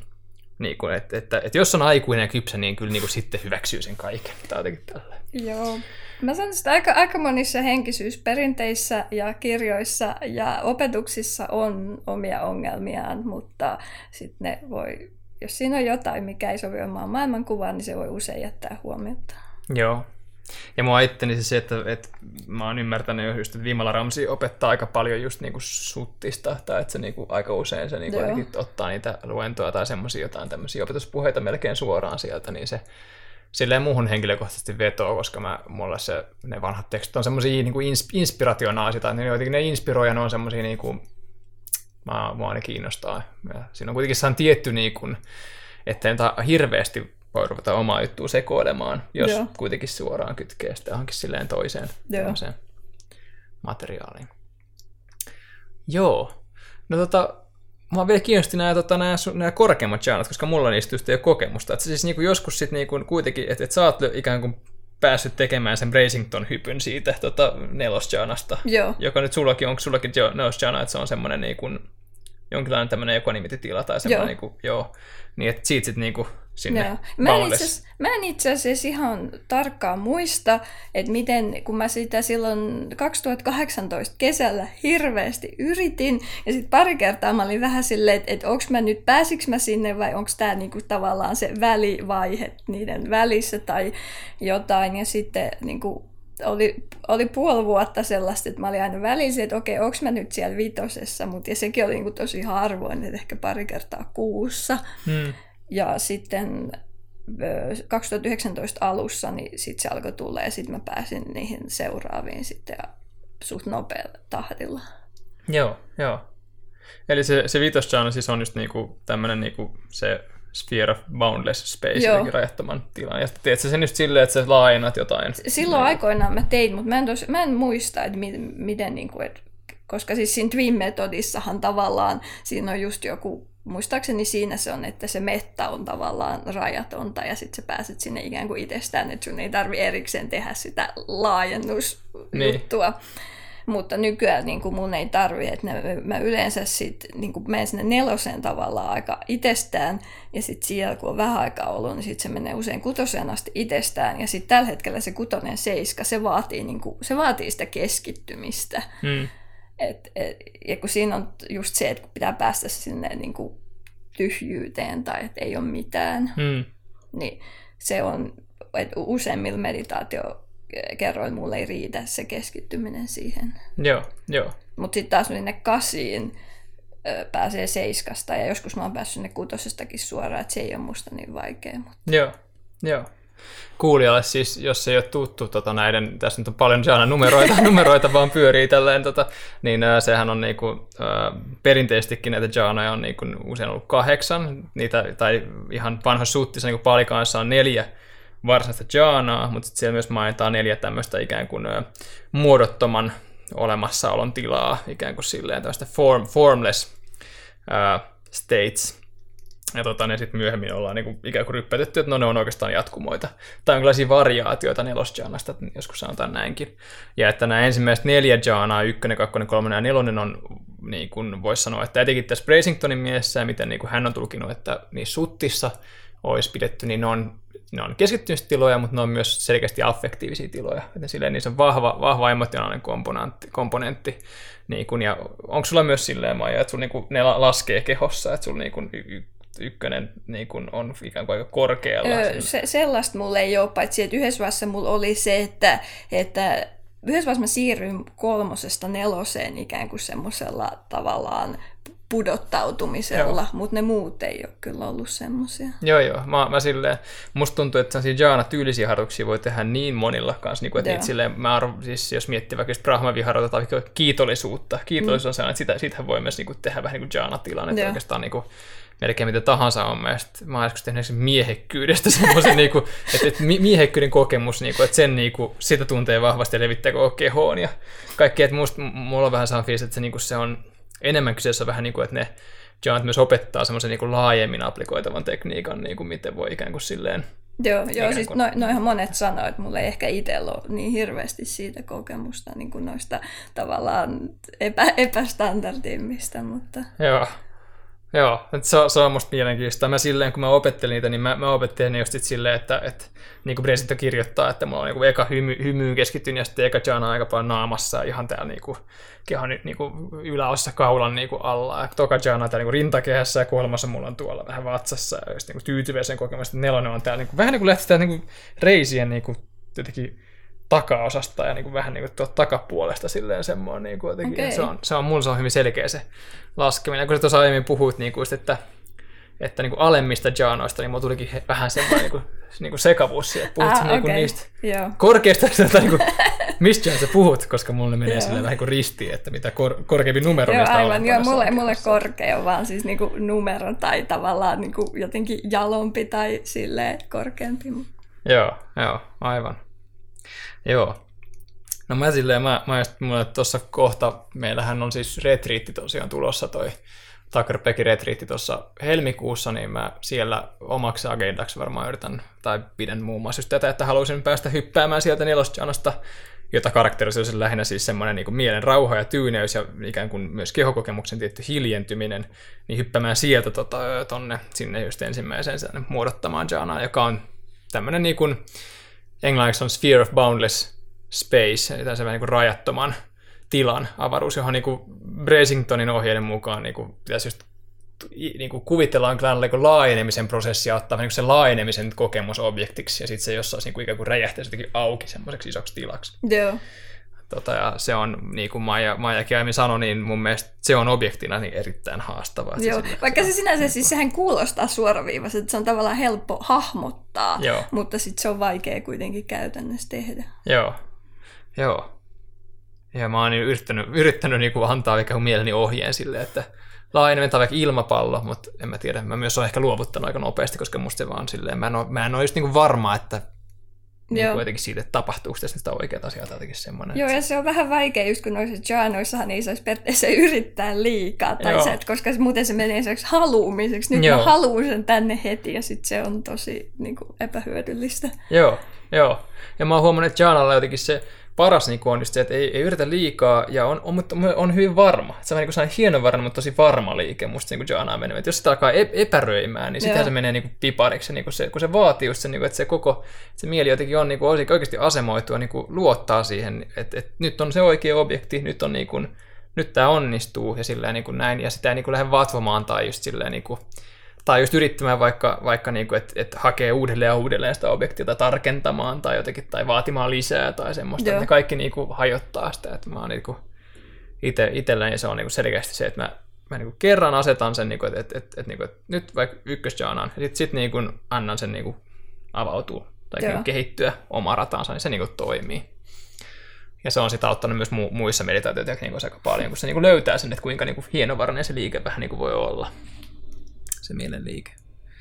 että jos on aikuinen ja kypsä, niin kyllä sitten hyväksyy sen kaiken. Tämä on jotenkin tällainen. Joo. Mä sanon, että aika monissa henkisyysperinteissa ja kirjoissa ja opetuksissa on omia ongelmiaan, mutta sitten ne voi, jos siinä on jotain, mikä ei sovi omaan maailmankuvaan, niin se voi usein jättää huomiota. Joo. Ja mua itteni se, että mä oon ymmärtänyt just, että Vimalaramsi opettaa aika paljon just suttista, tai että se aika usein se ottaa niitä luentoja tai semmoisia jotain tämmöisiä opetuspuheita melkein suoraan sieltä, niin se silleen muuhun henkilökohtaisesti vetoo, koska mulle ne vanhat tekstit on semmoisia inspirationaalisia, tai jotenkin ne inspiroi ja ne on semmoisia mua ne kiinnostaa. Ja siinä on kuitenkin saan tietty että en hirveästi voi ruveta omaa juttua sekoilemaan, jos kuitenkin suoraan kytkee sitä johonkin silleen toiseen materiaaliin. Joo. No mua vielä kiinnosti nämä korkeammat janat, koska mulla niistä just ei ole kokemusta. Että siis joskus sit kuitenkin, että sä oot ikään kuin päässyt tekemään sen Bracington-hypyn siitä 4. janasta, joka nyt sullakin on 4. jana, että se on semmoinen jonkinlainen tämmöinen equanimity-tila tai semmoinen, niin että siitä sitten sinne Mä en itse asiassa ihan tarkkaan muista, että miten, kun mä sitä silloin 2018 kesällä hirveästi yritin, ja sitten pari kertaa mä olin vähän silleen, että pääsikö mä sinne, vai onko tämä tavallaan se välivaihe niiden välissä tai jotain, ja sitten oli puoli vuotta sellaista, että mä olin aina välissä, että okei, onko mä nyt siellä 5, ja sekin oli tosi harvoin, että ehkä pari kertaa kuussa. Ja sitten 2019 alussa niin sit se alkoi tulla, ja sitten mä pääsin niihin seuraaviin sitten suht nopealla tahdilla. Joo. Eli se viitosjana siis on just niinku tämmönen niinku se sphere of boundless space, jotenkin rajattoman tilan. Ja teet sä sen just silleen, että sä laajennat jotain. Silloin aikoinaan mä tein, mutta mä en muista, että miten niinku, koska siis siinä Twin-metodissahan tavallaan siinä on just joku, muistaakseni siinä se on, että se metta on tavallaan rajatonta ja sitten sä pääset sinne ikään kuin itsestään, että sun ei tarvi erikseen tehdä sitä laajennusjuttua. Niin. Mutta nykyään niin kuin mun ei tarvitse, että mä yleensä sitten niin menen sinne 4 tavallaan aika itsestään, ja sitten siellä kun on vähän aikaa ollut, niin sitten se menee usein 6 asti itsestään, ja sitten tällä hetkellä se 6-7, se vaatii sitä keskittymistä. Ja kun siinä on just se, että kun pitää päästä sinne niin kuin tyhjyyteen tai että ei ole mitään, niin se on, että useimmilla meditaatiokerroilla mulle ei riitä se keskittyminen siihen. Joo. Mutta sitten taas sinne 8 pääsee 7 ja joskus mä oon päässyt sinne 6:stakin suoraan, että se ei ole musta niin vaikea. Mutta... Joo. Kuulijalle siis, jos ei ole tuttu näiden, tässä nyt on paljon numeroita vaan pyörii tälleen, niin sehän on niinku, perinteisestikin näitä jhanoja on niinku usein ollut 8, niitä, tai ihan vanhoissa suuttissa niinku Pali-Caanissa on 4 varsinaista jhanaa, mutta sitten siellä myös mainitaan 4 tämmöistä ikään kuin muodottoman olemassaolon tilaa, ikään kuin silleen tämmöistä formless states. Ja ne sitten myöhemmin ollaan niinku ikään kuin ryppätetty, että ne on oikeastaan jatkumoita. Tai jonkinlaisia variaatioita 4-jhanasta, joskus sanotaan näinkin. Ja että nämä ensimmäiset 4 jhanaa, 1, 2, 3 ja 4 on, niin kuin voisi sanoa, että etenkin tässä Bracingtonin mielessä, miten niin kuin hän on tulkinut, että niissä suttissa olisi pidetty, niin ne on keskittymistiloja, mutta ne on myös selkeästi affektiivisia tiloja. Että silleen niissä on vahva emotionaalinen komponentti. Niin kuin, ja onko sulla myös silleen, Maija, että sulla niin kuin, ne laskee kehossa, että sulla niin kuin, 1 niin kuin on ikään kuin aika korkealla? Sellaista mulla ei ole, paitsi että yhdessä vaiheessa mulla oli se, että yhdessä vaiheessa mä siirryin 3-4 ikään kuin semmoisella tavallaan pudottautumisella, mutta ne muut ei ole kyllä ollut semmoisia. Joo. Mä silleen, musta tuntuu, että jhana-tyylisiä harjoituksia voi tehdä niin monilla kanssa, niin kuin, että silleen, siis jos miettii vaikka Brahma-viharoita tai kiitollisuutta. Kiitollisuus on sellainen, että sitähän voi myös niin kuin, tehdä vähän niin kuin jhana-tilan, että oikeastaan niin kuin, melkein mitä tahansa on. Mä oon joskus tehnyt miehekkyydestä semmoisen, niin kuin, että miehekkyyden kokemus, niin kuin, että sen, niin kuin, sitä tuntee vahvasti ja levittää koko kehoon ja kaikkea. Että mulla on vähän sellainen fiilis, että niin kuin, se on enemmän kyseessä vähän niin kuin, että ne jhanat myös opettaa semmoisen niin kuin laajemmin applikoitavan tekniikan, niin kuin miten voi ikään kuin silleen... Joo siis noihan monet sanoo, että mulla ei ehkä itsellä ole niin hirveästi siitä kokemusta niin kuin noista tavallaan epästandardimmista, mutta... Joo, se on musta mielenkiintoista. Mä silleen, kun mä opettelin niitä, niin mä opettelin ne just silleen, että niin kuin Bracington kirjoittaa, että mulla on niin eka hymyyn keskittynyt ja sitten eka jhana aika paljon naamassa ihan täällä niin kuin kehon niin kuin yläosassa kaulan niin kuin alla. Ja toka jhana täällä niin kuin rintakehässä ja 3 mulla on tuolla vähän vatsassa ja just niin kuin tyytyväisen kokemus. 4 on täällä niin kuin, vähän niin kuin lähtee niin kuin reisien niin kuin jotenkin takaosasta ja niin kuin vähän niin kuin tuolta takapuolesta silleen semmoinen niin kuin jotenkin. Okay. Mulla se on hyvin selkeä se laskeminen. Ja kun sä tuossa aiemmin puhuit niin kuin just, että niin kuin alemmista jhanoista, niin mulla tulikin vähän semmoinen niin kuin sekavuus siihen. Puhut niin kuin niistä korkeista, niin kuin, mistä sä puhut, koska mulle menee silleen vähän kuin ristiin, että mitä korkeampi numero niistä alempana. Mulle korkea on vaan siis niin kuin numero tai tavallaan niin kuin jotenkin jalompi tai silleen korkeampi. Joo, aivan. Joo. No mulla tuossa kohta, meillähän on siis retriitti tosiaan tulossa toi Tucker-Peckin retriitti tuossa helmikuussa, niin mä siellä omaksi agendaksi varmaan yritän, tai pidän muun muassa just tätä, että haluaisin päästä hyppäämään sieltä 4-jhanasta, jota karakterisoi lähinnä siis semmoinen niin kuin mielen rauha ja tyyneys ja ikään kuin myös kehokokemuksen tietty hiljentyminen, niin hyppäämään sieltä sinne just ensimmäiseen muodottamaan jhanaan, joka on tämmöinen niin kuin englanniksi on sphere of boundless space, eli tämmöisen niin kuin rajattoman tilan avaruus, johon niin kuin Bracingtonin ohjeiden mukaan niin kuin pitäisi just niin kuin kuvitellaan niin laajenemisen prosessia, ottaa niin kuin sen laajenemisen kokemusobjektiksi, ja sitten se jossain niin kuin ikään kuin räjähtäisi jotenkin auki semmoiseksi isoksi tilaksi. Joo. Ja se on, niin kuin Maijakin aiemmin sanoi, niin mun mielestä se on objektina niin erittäin haastavaa. Joo, vaikka se sinänsä, siis sehän kuulostaa suoraviivaiselta, että se on tavallaan helppo hahmottaa, mutta sitten se on vaikea kuitenkin käytännössä tehdä. Joo. Ja mä oon yrittänyt niin kuin antaa vaikka mieleni ohjeen silleen, että laajenetaan vaikka ilmapallo, mutta en mä tiedä. Mä myös oon ehkä luovuttanut aika nopeasti, koska musta se vaan silleen, mä en ole just niin kuin varma, että niin jotenkin siitä, että tapahtuuko tässä sitä oikeat asiat jotenkin semmoinen. Joo, ja se on vähän vaikea, just kun noissa jhanoissahan ei saisi periaatteessa yrittää liikaa, tai se, että koska muuten se menee sellaiseksi haluumiseksi. Nyt mä haluun sen tänne heti, ja sitten se on tosi niin kuin epähyödyllistä. Joo. Ja mä oon huomannut, että jhanalla jotenkin se paras niin on just se, että ei yritä liikaa, ja on hyvin varma. Se on niin sellainen hienovarainen, mutta tosi varma liike musta niin jhanaa menee. Jos sitä alkaa epäröimään, niin sittenhän se menee niin pipariksi. Niin kun se vaatii just sen, niin että se mieli jotenkin on niin oikeasti asemoitua, niin luottaa siihen, että nyt on se oikea objekti, nyt tämä onnistuu, ja silleen niin näin, ja sitä ei niin lähde vatvomaan tai just silleen tai just yrittämään vaikka niin että hakee uudelleen sitä objektia tai tarkentamaan tai jotenkin tai vaatimaan lisää tai semmoista. Ne kaikki niin hajottaa sitä, että mä oon niin itselläni se on niin selkeästi se, että mä niin kerran asetan sen, niin että nyt vaikka ykkösjaanaan ja sitten niin annan sen niin avautua tai kehittyä omaa rataansa, niin se niin toimii. Ja se on sitä auttanut myös muissa meditaatiotekniikoissa aika paljon, kun se niin löytää sen, että kuinka niin hienovarainen se liike vähän niin voi olla. Se mielenliike.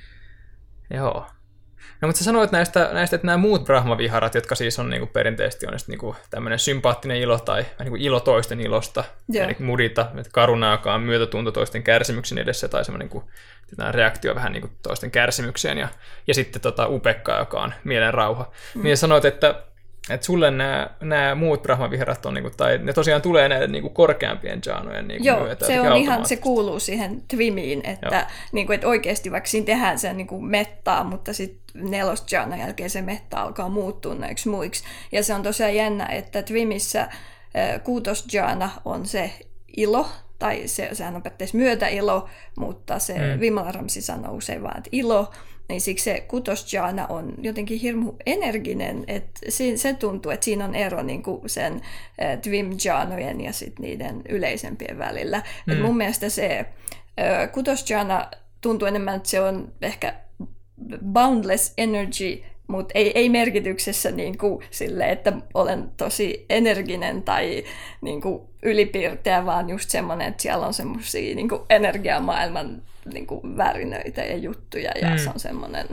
Joo. No, mutta sä sanoit näistä että nämä muut brahmaviharat, jotka siis on niinku perinteisesti on niinku tämmöinen sympaattinen ilo tai niinku ilo toisten ilosta, eli mudita, karuna, joka on myötätunto toisten kärsimyksen edessä, tai semmoinen niinku, reaktio vähän niinku toisten kärsimykseen, ja sitten upekka, joka on mielen rauha. Niin sanoit, että sulle nämä muut brahmaviharat on, niinku, tai ne tosiaan tulee näiden niinku korkeampien jhanojen niinku myötä. Se on ihan, se kuuluu siihen twimiin, että, niinku, että oikeasti vaikka siinä tehdään sen niinku mettaa, mutta sitten 4. jhanan jälkeen se metta alkaa muuttua näiksi muiksi. Ja se on tosiaan jännä, että twimissä 6. jhana on se ilo, tai sehän on periaatteessa myötäilo, mutta se Vimalaramsi sanoo usein vaan, että ilo, niin siksi se 6. jhana on jotenkin hirmu energinen, että se tuntuu, että siinä on ero niin kuin sen twim jhanojen ja sit niiden yleisempien välillä. Et mun mielestä se 6. jhana tuntuu enemmän, että se on ehkä boundless energy, mutta ei merkityksessä niin kuin sille, että olen tosi energinen tai niin kuin ylipiirteä, vaan just semmoinen, että siellä on semmoisia niin kuin energiamaailman niin kuin värinöitä ja juttuja, ja se on semmoinen,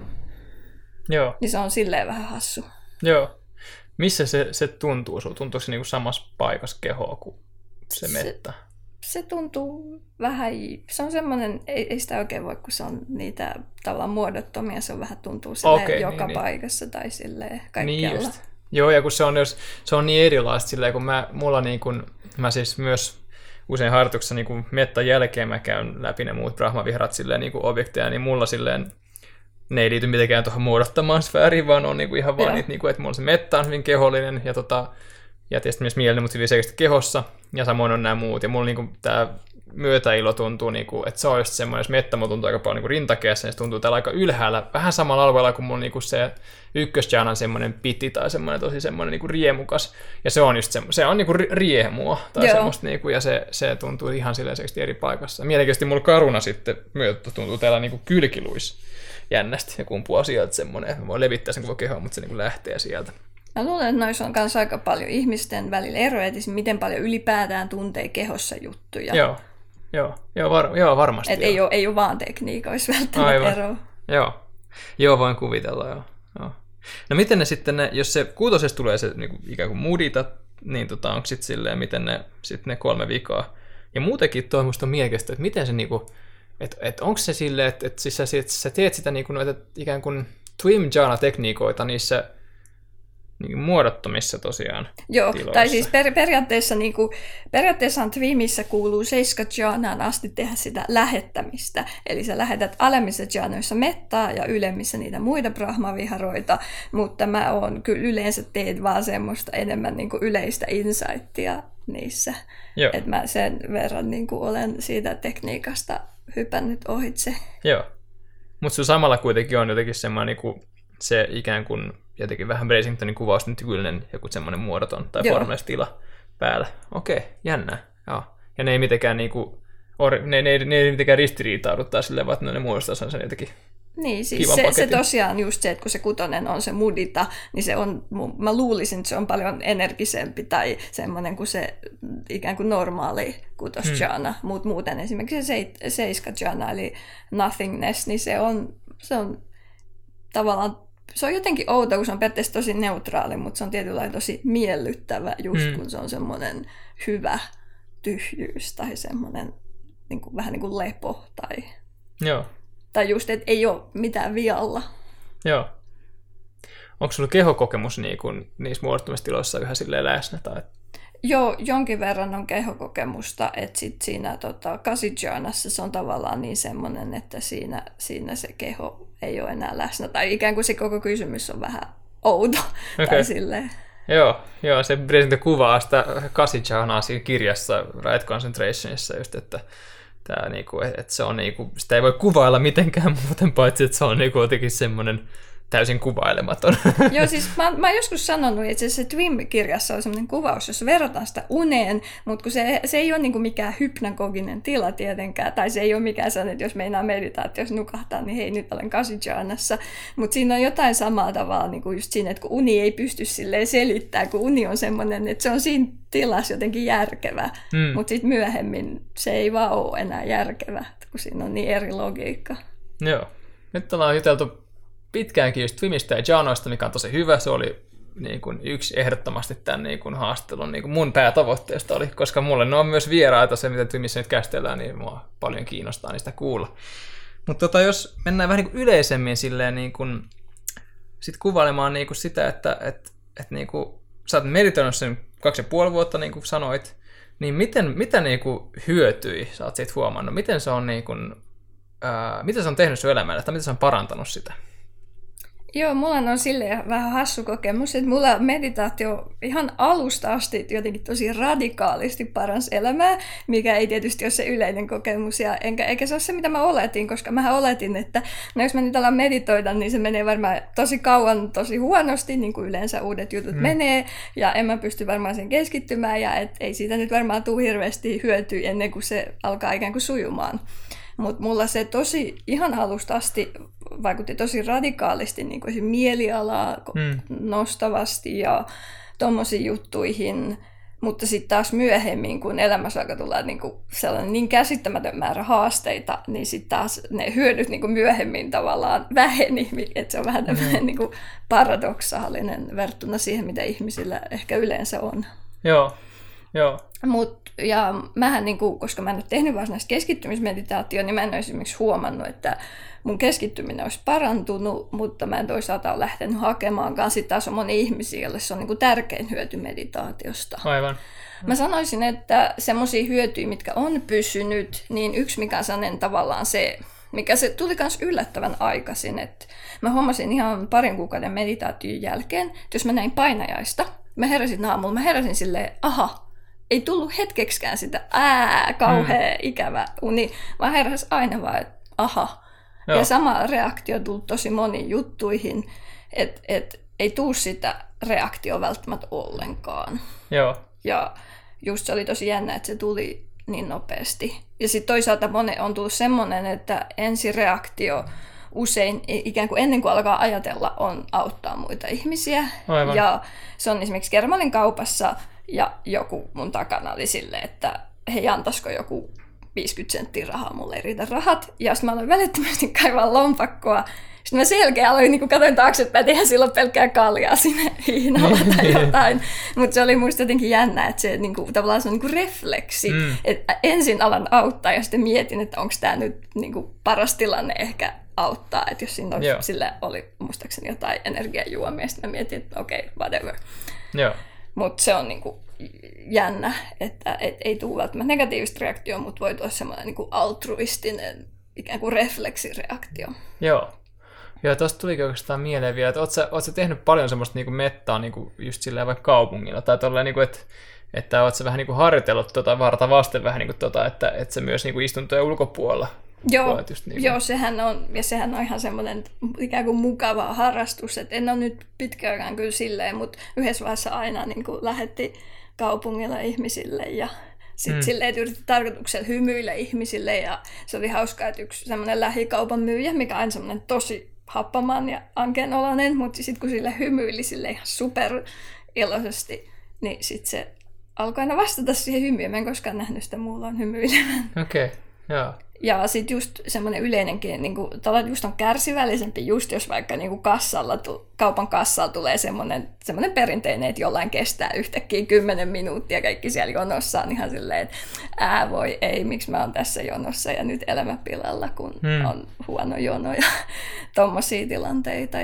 niin se on silleen vähän hassu. Joo. Missä se tuntuu sinulla? Tuntuuko se niin kuin samassa paikassa kehoa kuin se mettä? Se tuntuu vähän, se on semmoinen, ei sitä oikein voi, kun se on niitä tavallaan muodottomia, se on vähän tuntuu silleen joka paikassa tai silleen kaikkialla. Niin just. Joo, ja kun se on niin erilaista silleen, kun mä siis myös usein harjoituksessa niin mettan jälkeen mä käyn läpi ne muut brahmaviharat silleen niin objekteja, niin mulla silleen ne ei liity mitenkään tuohon muodottamaan sfääriin, vaan on niin ihan vaan niitä, niin kuin, että mulla se metta on hyvin kehollinen ja tietysti myös mielinen, mutta hyvin selkeästi kehossa, ja samoin on nämä muut. Ja mulla niinku tämä myötäilo tuntuu, niinku, että se on just semmoinen, jos metta mulla tuntuu aika paljon niinku rintakeessa, niin se tuntuu täällä aika ylhäällä, vähän samalla alueella kuin mulla niinku se ykkösjhanan semmoinen piti tai semmoinen tosi semmoinen niinku riemukas. Ja se on just se on niinku riemua tai semmoista, niinku, ja se tuntuu ihan silleiseksi eri paikassa. Mielenkiintoisesti mulla karuna sitten myötä tuntuu täällä niinku kylkiluis jännästi, ja kumpuaa sieltä semmoinen, että mä voin levittää sen koko kehoon, mutta se niinku lähtee sieltä. Mä luulen, että noissa on myös aika paljon ihmisten välillä eroja, että miten paljon ylipäätään tuntee kehossa juttuja. Joo, varmasti. Että ei ole vaan tekniikoissa välttämättä eroa. Joo, voin kuvitella, joo. No miten ne sitten, jos se 6. tulee se niin ikään kuin mudita, niin onko sitten silleen, miten ne 3 vikaa. Ja muutenkin tuo musta on mielenkiintoista, että miten se niinku, että onko se silleen, että sä teet sitä niinku noita ikään kuin twim jhana tekniikoita niissä niin muodottomissa tosiaan tiloissa. Tai siis periaatteessa twimissä kuuluu 7 jhanaan asti tehdä sitä lähettämistä. Eli sä lähetät alemmissa jhanoissa mettaa ja ylemmissä niitä muita brahmaviharoita, mutta mä oon kyllä yleensä teet vaan semmoista enemmän niin kuin yleistä insightia niissä. Että mä sen verran niin kuin olen siitä tekniikasta hypännyt ohitse. Joo, mutta se samalla kuitenkin on jotenkin semmoinen niin kuin se ikään kuin jotenkin vähän Bracingtonin kuvausten tyylinen joku semmoinen muodoton tai formless tila päällä. Okei, jännää. Joo. Ja ne ei mitenkään, ne ei mitenkään ristiriitaudu tai silleen, vaan ne muodostaa sen jotenkin Niin, siis se tosiaan just se, että kun se 6 on se mudita, niin se on, mä luulisin, että se on paljon energisempi tai semmoinen kuin se ikään kuin normaali 6 jhana. Muuten esimerkiksi se 7 jhana, eli nothingness, niin se on tavallaan, se on jotenkin outo, kun se on periaatteessa tosi neutraali, mutta se on tietyllä lailla tosi miellyttävä, just kun se on semmoinen hyvä tyhjyys tai semmoinen niin kuin, vähän niin kuin lepo tai... Joo. Tai just, että ei ole mitään vialla. Joo. Onko sulla kehokokemus niissä muodostumistiloissa yhä silleen läsnä? Tai... Joo, jonkin verran on kehokokemusta, että sit siinä 8 jhanassa se on tavallaan niin semmoinen, että siinä se keho ei ole enää läsnä. Tai ikään kuin se koko kysymys on vähän outo. Okay. Tai silleen. Joo, se presidentti kuvaa sitä 8 jhanaa siinä kirjassa Right Concentrationissa just, että tää että se on sitä ei voi kuvailla mitenkään muuten, paitsi että se on jotenkin semmoinen täysin kuvailematon. Joo, siis mä oon joskus sanonut, että se Twim-kirjassa on semmoinen kuvaus, jos verrataan sitä uneen, mutta kun se ei ole mikään hypnagoginen tila tietenkään, tai se ei ole mikään sellainen, että jos meinaa meditaatio, jos nukahtaa, niin hei, nyt olen 8 jhanassa. Mutta siinä on jotain samaa tavalla just siinä, että kun uni ei pysty silleen selittämään, kun uni on semmoinen, että se on siinä tilassa jotenkin järkevä, mutta sitten myöhemmin se ei vaan ole enää järkevä, kun siinä on niin eri logiikka. Joo, nyt ollaan juteltu pitkäänkin just Twimistä ja jhanoista, mikä on tosi hyvä. Se oli yksi ehdottomasti tämän haastattelun mun päätavoitteesta oli, koska mulle ne on myös vieraita, se mitä Twimissä nyt käsitellään, niin mua paljon kiinnostaa niistä kuulla. Mutta jos mennään vähän yleisemmin silleen sit kuvailemaan sitä, että sä oot meditoinut sen 2,5 vuotta, niin kuin sanoit, niin mitä hyötyi sä oot siitä huomannut? Miten se on mitä se on tehnyt sun elämälle, tai miten se on parantanut sitä? Joo, mulla on silleen vähän hassu kokemus, että mulla meditaatio ihan alusta asti jotenkin tosi radikaalisti paransi elämää, mikä ei tietysti ole se yleinen kokemus, eikä se ole se, mitä mä oletin, koska mä oletin, että jos mä nyt alan meditoida, niin se menee varmaan tosi kauan tosi huonosti, niin kuin yleensä uudet jutut menee, ja en mä pysty varmaan sen keskittymään, ja ei siitä nyt varmaan tule hirveästi hyötyä ennen kuin se alkaa ikään kuin sujumaan. Mutta mulla se tosi ihan alusta asti vaikutti tosi radikaalisti niin kuin mielialaa nostavasti ja tommosiin juttuihin. Mutta sitten taas myöhemmin, kun elämässä alkoi tulla sellainen niin käsittämätön määrä haasteita, niin sitten taas ne hyödyt myöhemmin tavallaan väheni. Että se on vähän tämmöinen paradoksaalinen verrattuna siihen, mitä ihmisillä ehkä yleensä on. Joo. Ja mähän, koska mä en ole tehnyt varsinaista keskittymismeditaatioa, niin mä en ole esimerkiksi huomannut, että mun keskittyminen olisi parantunut, mutta mä en toisaalta ole lähtenyt hakemaankaan. Sitten taas on moni ihmisiä, joille se on tärkein hyöty meditaatiosta. Aivan. Mä sanoisin, että semmoisia hyötyjä, mitkä on pysynyt, niin yksi mikä on sellainen tavallaan se, mikä se tuli myös yllättävän aikaisin, että mä huomasin ihan 2 kuukauden meditaation jälkeen, että jos mä näin painajaista, mä heräsin aamulla, mä heräsin silleen, ei tullut hetkeksikään sitä kauhea ikävä uni, vaan heräsi aina vaan, että Joo. Ja sama reaktio tuli tosi moniin juttuihin, että ei tule sitä reaktioa välttämättä ollenkaan. Joo. Ja just se oli tosi jännä, että se tuli niin nopeasti. Ja sitten toisaalta on tullut semmoinen, että ensireaktio usein ikään kuin ennen kuin alkaa ajatella on auttaa muita ihmisiä. Aivan. Ja se on esimerkiksi kerran mä olin kaupassa ja joku mun takana oli silleen, että hei, antaisiko joku 50 senttiä rahaa, mulle ei riitä rahat. Ja sitten mä aloin välittömästi kaivaa lompakkoa. Sitten mä selkeä aloin, katsoin taaksepäin, että eihän silloin pelkkää kaljaa sinne hiinalla tai jotain. Mutta se oli musta jotenkin jännä, että se tavallaan se on refleksi. Että ensin alan auttaa ja sitten mietin, että onko tämä nyt paras tilanne ehkä auttaa. Että jos siinä sillä oli muistaakseni jotain energiajuomia, sitten mä mietin, että okei, whatever. Mutta se on jännä, että ei tule välttämättä negatiivista reaktioa, mutta voi tulla semmoinen altruistinen ikään kuin refleksireaktio. Joo, tuosta tulikin oikeastaan mieleen vielä, että ootko sä tehnyt paljon semmoista mettaa just silleen vaikka kaupungilla, tai tolleen, että ootko sä vähän harjoitellut varta vasten vähän että se myös istuntojen ulkopuolella? Joo, sehän on ihan semmoinen ikään kuin mukava harrastus, että en ole nyt pitkäänkään kyllä silleen, mutta yhdessä vaiheessa aina lähetti kaupungilla ihmisille ja Sitten silleen, että yritti tarkoituksella hymyillä ihmisille ja se oli hauskaa, että yksi semmoinen lähikaupan myyjä, mikä on semmoinen tosi happaman ja ankeenolainen, mutta sitten kun sille hymyili sille ihan super iloisesti, niin sitten se alkoi aina vastata siihen hymyyn. Mä en koskaan nähnyt sitä muulloin hymyilemään. Okei, joo. Ja sitten just semmoinen yleinenkin, niin just on kärsivällisempi, just jos vaikka niin kaupan kassalla tulee semmoinen perinteinen, että jollain kestää yhtäkkiä 10 minuuttia, kaikki siellä jonossa on ihan silleen, että voi ei, miksi mä oon tässä jonossa ja nyt elämä pilalla, kun on huono jono ja tommosia tilanteita.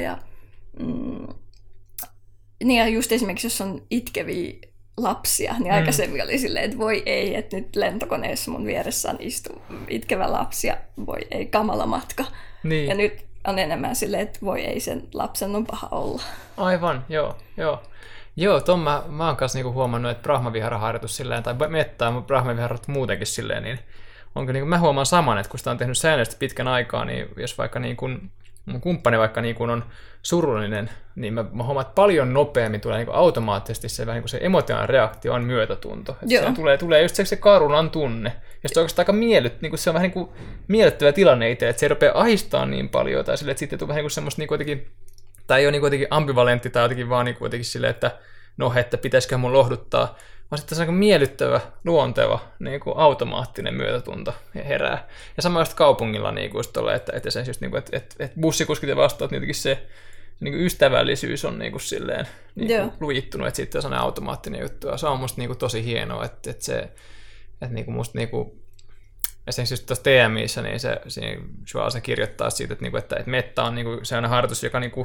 Niin ja just esimerkiksi, jos on itkeviä lapsia, niin aikaisemmin oli silleen, että voi ei, että nyt lentokoneessa mun vieressä on istu itkevä lapsi ja voi ei, kamala matka. Niin. Ja nyt on enemmän silleen, että voi ei, sen lapsen on paha olla. Aivan, joo. Joo, ton mä oon kanssa niinku huomannut, että Brahmavihara-harjoitus silleen, tai mettää Brahmavihara muutenkin silleen, niin onko niinku, mä huomaan saman, että kun sitä on tehnyt säännöllisesti pitkän aikaa, niin jos vaikka niinku mun kumppani vaikka niin kuin on surullinen, niin mä huomaan, että paljon nopeammin tulee niin kuin automaattisesti se, vähän niin kuin se emotionaalinen reaktio on myötätunto. Että tulee just se karunan tunne. Ja se on oikeastaan aika niin kuin se on vähän niin kuin miellyttävä tilanne itse, että se ei rupea ahistaa niin paljon, tai sille, että sitten tulee vähän niin kuin semmoista niin jotenkin, tai ei ole niin jotenkin ambivalentti, tai jotenkin vaan niin jotenkin silleen, että no, että pitäisikö mun lohduttaa, vaan sitten se on aika miellyttävä, luonteva, niin kuin automaattinen myötätunto herää. Ja sama just kaupungilla, niin kuin tolle, että se just, niin kuin, että bussikuskit ja vastaat, niin se niin kuin ystävällisyys on niin kuin silleen niin kuin lujittunut, että sitten on sellainen automaattinen juttu. Ja se on musta niin kuin tosi hienoa, että niin kuin musta niin kuin, esimerkiksi just tuossa TMIssä, niin se kirjoittaa siitä, että metta on niin kuin sellainen harjoitus,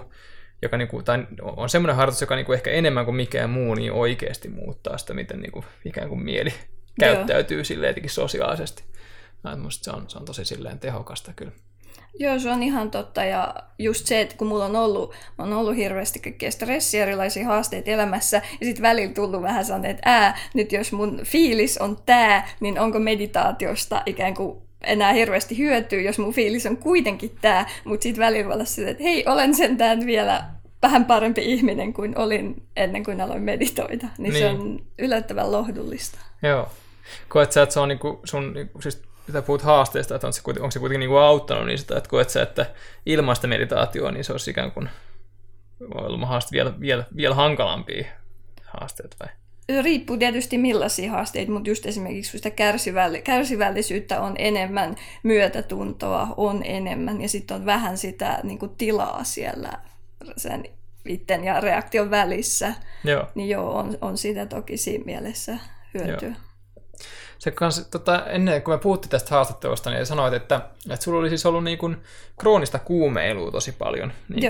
tai on semmoinen harjoitus, joka niinku ehkä enemmän kuin mikään muu niin oikeasti muuttaa sitä, miten niinku ikään kuin mieli käyttäytyy silleen jotenkin sosiaalisesti. Minusta se on tosi silleen tehokasta kyllä. Joo, se on ihan totta. Ja just se, että kun mulla on ollut hirveästi kaikkea stressiä, erilaisia haasteita elämässä, ja sitten välillä tullut vähän sellainen, että nyt jos mun fiilis on tää, niin onko meditaatiosta ikään kuin enää hirveästi hyötyä, jos mun fiilis on kuitenkin tää, mutta sitten välillä voi olla sitä, että hei, olen sentään vielä vähän parempi ihminen kuin olin ennen kuin aloin meditoida. Niin. Se on yllättävän lohdullista. Joo. Koet sä, että se on niinku sun, siis mitä puhut haasteesta, että onko se kuitenkin niinku auttanut niistä, että koet sä, että ilmaista meditaatioa, niin se olisi ikään kuin ollut mahdollisesti vielä hankalampia haasteita vai? Riippuu tietysti millaisia haasteita, mutta just esimerkiksi kun sitä kärsivällisyyttä on enemmän, myötätuntoa on enemmän ja sitten on vähän sitä niin kuin tilaa siellä sen itten ja reaktion välissä, niin on siitä toki siinä mielessä hyötyä. Joo. Se kans, ennen kuin me puhuttiin tästä haastattelusta, niin sanoit, että sulla oli siis ollut niin kuin kroonista kuumeilua tosi paljon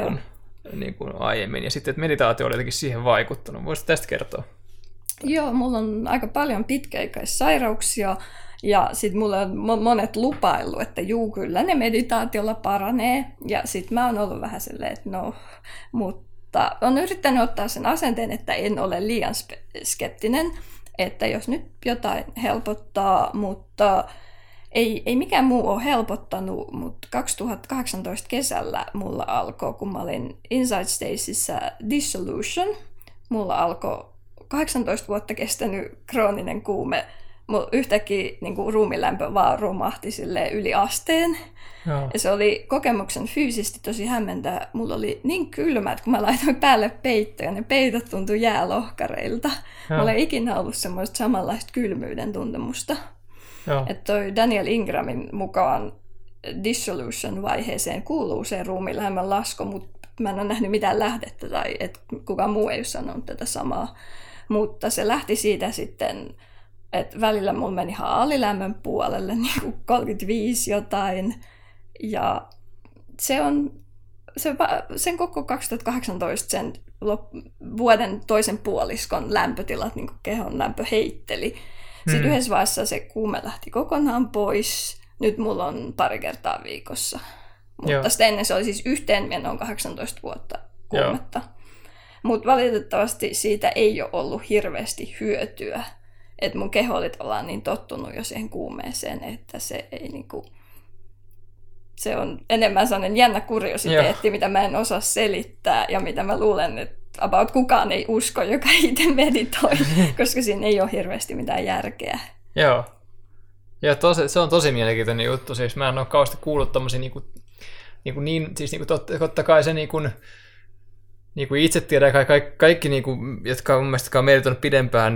niin kuin aiemmin ja sitten että meditaatio oli jotenkin siihen vaikuttanut. Voisitko tästä kertoa? Joo, mulla on aika paljon pitkäaikaissairauksia ja sitten mulla on monet lupaillut, että kyllä ne meditaatiolla paranee. Ja sitten mä oon ollut vähän silleen, että no, mutta on yrittänyt ottaa sen asenteen, että en ole liian skeptinen, että jos nyt jotain helpottaa, mutta ei mikään muu ole helpottanut, mutta 2018 kesällä mulla alkoi, kun mä olin Insight Stagessa Dissolution, mulla alkoi 18 vuotta kestänyt krooninen kuume. Mulla yhtäkkiä niin ruumilämpö vaan romahti yli asteen. Joo. Ja se oli kokemuksen fyysisesti tosi hämmentävä. Mulla oli niin kylmä, että kun mä laitoin päälle peittoja, ne peitot tuntui jäälohkareilta. Mulla ei ikinä ollut semmoista samanlaista kylmyyden tuntemusta. Että toi Daniel Ingramin mukaan dissolution-vaiheeseen kuuluu se ruumilämmön lasku, mutta mä en ole nähnyt mitään lähdettä tai että kukaan muu ei ole sanonut tätä samaa. Mutta se lähti siitä sitten, että välillä mulla meni ihan alilämmön puolelle, niin kuin 35 jotain. Ja sen koko 2018 sen vuoden toisen puoliskon lämpötilat, niin kuin kehon lämpö heitteli. Sitten yhdessä vaiheessa se kuume lähti kokonaan pois. Nyt mulla on 2 kertaa viikossa. Mutta sitä ennen se oli siis yhteenmenoon 18 vuotta kuumetta. Mutta valitettavasti siitä ei ole ollut hirveästi hyötyä. Että mun keho oli tavallaan niin tottunut jo siihen kuumeeseen, että se ei niinku... Se on enemmän sellainen jännä kuriositeetti, mitä mä en osaa selittää ja mitä mä luulen, että about kukaan ei usko, joka itse meditoi, koska siinä ei ole hirveästi mitään järkeä. Joo. Ja se on tosi mielenkiintoinen juttu. Siis mä en ole kauheasti kuullut tommosia totta kai se niinku itse tiedän kaikki niinku, jotka on mun mielestä on meditoinut pidempään,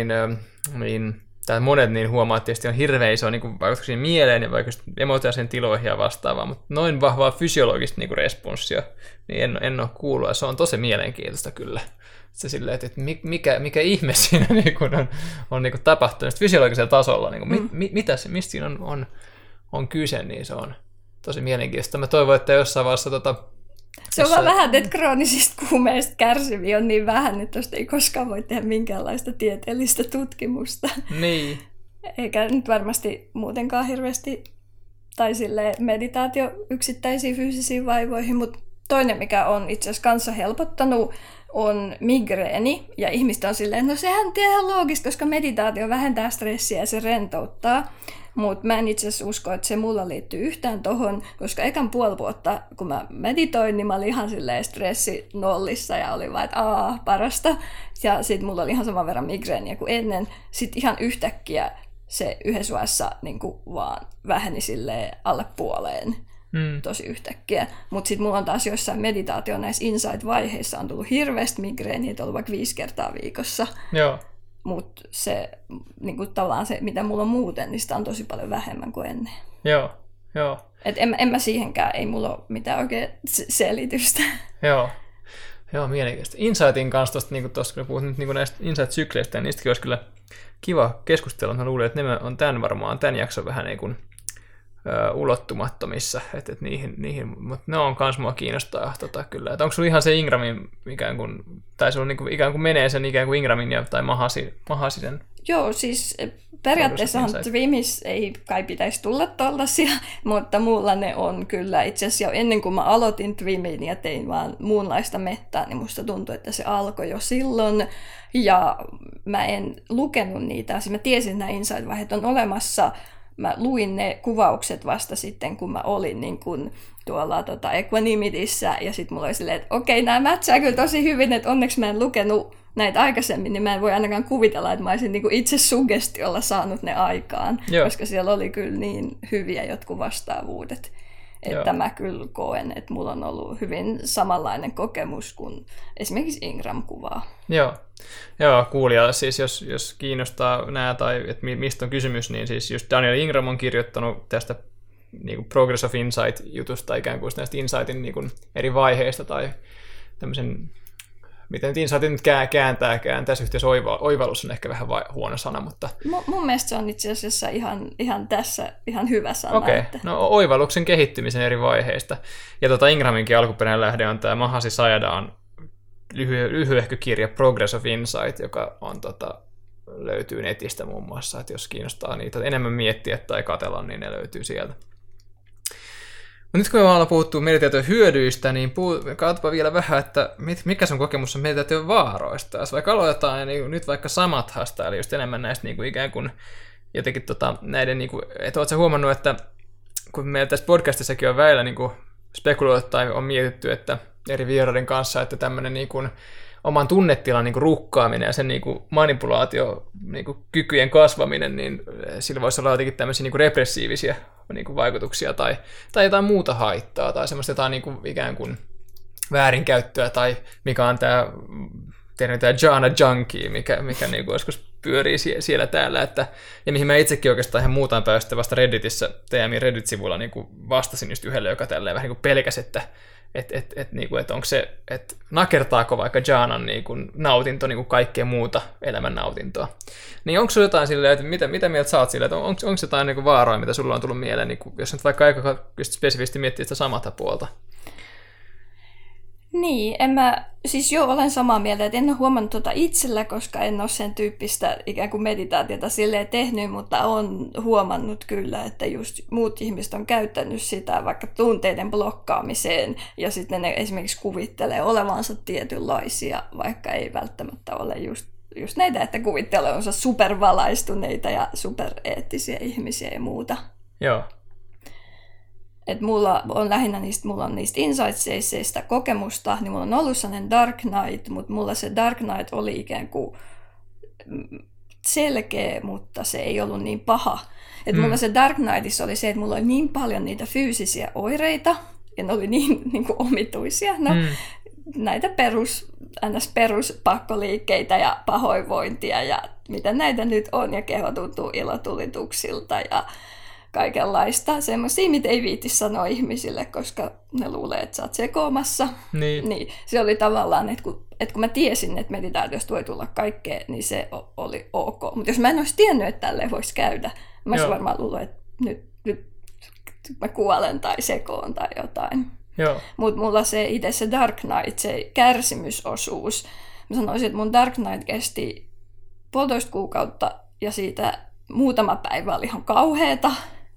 tai monet niin huomaa, että tietysti on hirveän iso niinku vaikutuksia mieleen ja vaikka emotionaalisiin tiloihin ja vastaavaan, mutta noin vahvaa fysiologista niinku responssia niin en ole kuullut, ja se on tosi mielenkiintoista kyllä. Se silleen, että mikä ihme siinä niinku on niinku tapahtunut fysiologisella tasolla, niinku, mistä siinä on kyse, niin se on tosi mielenkiintoista. Mä toivon, että jossain vaiheessa se on vaan vähän, että kroonisista kuumeista kärsiviä on niin vähän, että tuosta ei koskaan voi tehdä minkäänlaista tieteellistä tutkimusta. Niin. Eikä nyt varmasti muutenkaan hirveästi, tai meditaatio yksittäisiin fyysisiin vaivoihin, mutta toinen, mikä on itse asiassa kanssa helpottanut, on migreeni. Ja ihmiset on silleen, no sehän on ihan loogista, koska meditaatio vähentää stressiä ja se rentouttaa. Mutta mä en itse asiassa usko, että se mulla liittyy yhtään tohon, koska ekan puoli vuotta, kun mä meditoin, niin mä olin ihan silleen stressi nollissa ja oli vaan, että parasta. Ja sit mulla oli ihan saman verran migreeniä kuin ennen. Sitten ihan yhtäkkiä se yhdessä vaiheessa niin vaan väheni silleen alle puoleen. Tosi yhtäkkiä. Mutta sitten mulla on taas jossain meditaatio näissä insight-vaiheissa on tullut hirveästi migreeniä, että on ollut vaikka 5 kertaa viikossa. Joo. Mutta se, niinku, tavallaan se, mitä mulla on muuten, niin sitä on tosi paljon vähemmän kuin ennen. Joo. Et en mä siihenkään, ei mulla ole mitään oikein selitystä. Joo, mielenkiintoista. Insightin kanssa, niinku kun puhut nyt niinku näistä insight-sykleistä, niin niistäkin olisi kyllä kiva keskustella. Mä luulen, että ne on tämän jakson vähän niin kuin ulottumattomissa, että niihin, mutta ne on kans mua kiinnostaa kyllä. Että onko sulla ihan se Ingramin ikään kuin, tai sulla niinku ikään kuin menee sen ikään kuin Ingramin tai Mahasi sen? Joo, siis periaatteessahan Dreamis ei kai pitäisi tulla tollasia, mutta mulla ne on kyllä itse asiassa jo ennen kuin mä aloitin Dreamin ja tein vaan muunlaista mettää, niin musta tuntui, että se alkoi jo silloin. Ja mä en lukenut niitä, siis mä tiesin, että nämä insight-vaiheet on olemassa. Mä luin ne kuvaukset vasta sitten, kun mä olin niin kun tuolla Equanimityssä, ja sitten mulla oli silleen, että okei, nämä mätsää kyllä tosi hyvin, että onneksi mä en lukenut näitä aikaisemmin, niin mä en voi ainakaan kuvitella, että mä olisin niin itse suggestiolla saanut ne aikaan, koska siellä oli kyllä niin hyviä jotkut vastaavuudet. Että mä kyllä koen, että mulla on ollut hyvin samanlainen kokemus kuin esimerkiksi Ingram kuvaa. Joo, kuulija, siis jos kiinnostaa nämä tai että mistä on kysymys, niin siis just Daniel Ingram on kirjoittanut tästä niin kuin Progress of Insight-jutusta ikään kuin näistä Insightin niin kuin eri vaiheista tai tämmöisen, miten nyt Insightin nyt kääntääkään, tässä yhteydessä oivallus on ehkä vähän huono sana, mutta... Mun mielestä se on itse asiassa ihan tässä ihan hyvä sana. Okei, no oivalluksen kehittymisen eri vaiheista. Ja Ingraminkin alkuperäinen lähde on tämä Mahasi Sayadaw lyhyehkö kirja Progress of Insight, joka on, löytyy netistä muun muassa, että jos kiinnostaa niitä enemmän miettiä tai katsella, niin ne löytyy sieltä. Mutta nyt kun me ollaan puhuttu meditaation hyödyistä, niin katsotaan vielä vähän, että mikä sun kokemus on meditaation vaaroista. Jos vaikka aloitetaan niin nyt vaikka samathasta, eli just enemmän näistä niin kuin ikään kuin jotenkin näiden, niin kuin, että ootko sä huomannut, että kun meillä tässä podcastissakin on väillä niin spekuloitu tai on mietitty, että eri vieraiden kanssa, että tämmöinen niin kuin oman tunnetilan niin kuin rukkaaminen ja sen niin kuin manipulaatio, niin kuin kykyjen kasvaminen, niin sillä voisi olla jotenkin tämmöisiä niin kuin repressiivisiä niin kuin vaikutuksia tai jotain muuta haittaa tai semmoista jotain niin kuin ikään kuin väärinkäyttöä tai mikä on tämä jhana junkie, mikä niin kuin joskus pyörii siellä täällä, ja mihin mä itsekin oikeastaan ihan muutaman päivän sitten vasta Redditissä, TMI Reddit-sivulla niin kuin vastasin just yhdelle, joka tälleen vähän niin kuin pelkäsi, että onko se, että nakertaako vaikka jhanan niin kuin nautinto niin kuin kaikkea muuta elämän nautintoa. Niin onko sulla jotain silleen, että mitä mieltä sä oot silleen, että onko jotain niin kuin vaaroja, mitä sulla on tullut mieleen, niin kuin, jos nyt vaikka aika spesifisti miettii sitä samalta puolta? Niin, olen samaa mieltä, että en ole huomannut itsellä, koska en ole sen tyyppistä ikään kuin meditaatiota silleen tehnyt, mutta olen huomannut kyllä, että just muut ihmiset on käyttänyt sitä vaikka tunteiden blokkaamiseen, ja sitten ne esimerkiksi kuvittelee olevansa tietynlaisia, vaikka ei välttämättä ole just näitä, että kuvittelee olevansa supervalaistuneita ja supereettisiä ihmisiä ja muuta. Joo. Et mulla on niistä insight-seisseistä kokemusta, niin mulla on ollut sellainen dark night, mutta mulla se dark night oli ikään kuin selkeä, mutta se ei ollut niin paha. Että mulla se Dark Knightissa oli se, että mulla oli niin paljon niitä fyysisiä oireita, ja ne oli niin kuin omituisia. No, näitä peruspakkoliikkeitä ja pahoinvointia ja mitä näitä nyt on, ja keho tuntuu ilotulituksilta ja kaikenlaista. Semmoisia, mitä ei viitti sanoa ihmisille, koska ne luulee, että sä oot sekoamassa. Niin se oli tavallaan, että kun mä tiesin, että meditaatiosta voi tulla kaikkea, niin se oli ok. Mutta jos mä en olisi tiennyt, että tälleen voisi käydä, mä olisin varmaan luullut, että nyt mä kuolen tai sekoon tai jotain. Mutta mulla itse se Dark Knight, se kärsimysosuus, mä sanoisin, että mun Dark Knight kesti 1,5 kuukautta ja siitä muutama päivä oli ihan kauheeta,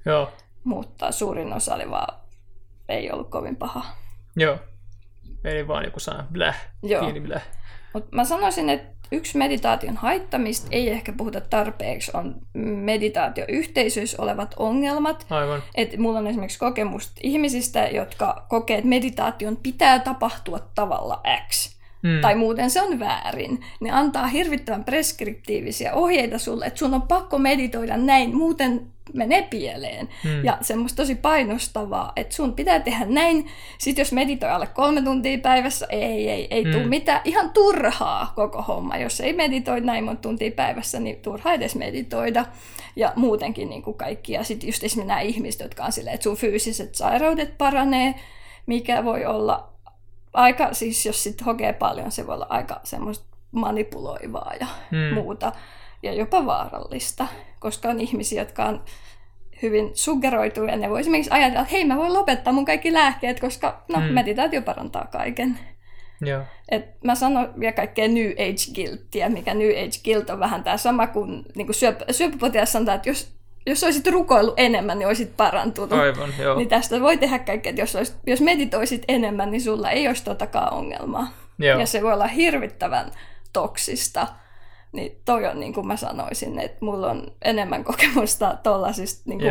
mutta suurin osa oli vaan, ei ollut kovin paha. Joo, eli vaan joku sana pieni bläh. Mut mä sanoisin, että yksi meditaation haittamista, ei ehkä puhuta tarpeeksi, on meditaatioyhteisöissä olevat ongelmat. Aivan. Et mulla on esimerkiksi kokemusta ihmisistä, jotka kokee, että meditaation pitää tapahtua tavalla X. Tai muuten se on väärin. Ne antaa hirvittävän preskriptiivisiä ohjeita sulle, että sun on pakko meditoida näin, muuten menee pieleen. Ja semmoista tosi painostavaa, että sun pitää tehdä näin. Sitten jos meditoi alle 3 tuntia päivässä, ei tule mitään. Ihan turhaa koko homma. Jos ei meditoi näin monta tuntia päivässä, niin turhaa edes meditoida. Ja muutenkin niin kuin kaikki. Ja sitten just esimerkiksi nämä ihmiset, jotka on silleen, että sun fyysiset sairaudet paranee, mikä voi olla aika, siis jos sit hokee paljon, se voi olla aika semmoista manipuloivaa ja muuta. Ja jopa vaarallista, koska on ihmisiä, jotka on hyvin suggeroituja. Ne voi esimerkiksi ajatella, että hei, mä voin lopettaa mun kaikki lääkkeet, koska meditaatio parantaa kaiken. Joo. Et mä sanon vielä kaikkea New Age-guilttiä, mikä New Age-guilt on vähän tämä sama kuin syöpäpotilas sanotaan, että jos olisit rukoillut enemmän, niin olisit parantunut. Aivan, joo. Niin tästä voi tehdä kaikkea, että jos meditoisit enemmän, niin sulla ei olisi totakaan ongelmaa. Joo. Ja se voi olla hirvittävän toksista. Niin toi on, niin kuin mä sanoisin, että mulla on enemmän kokemusta tuollaisista niin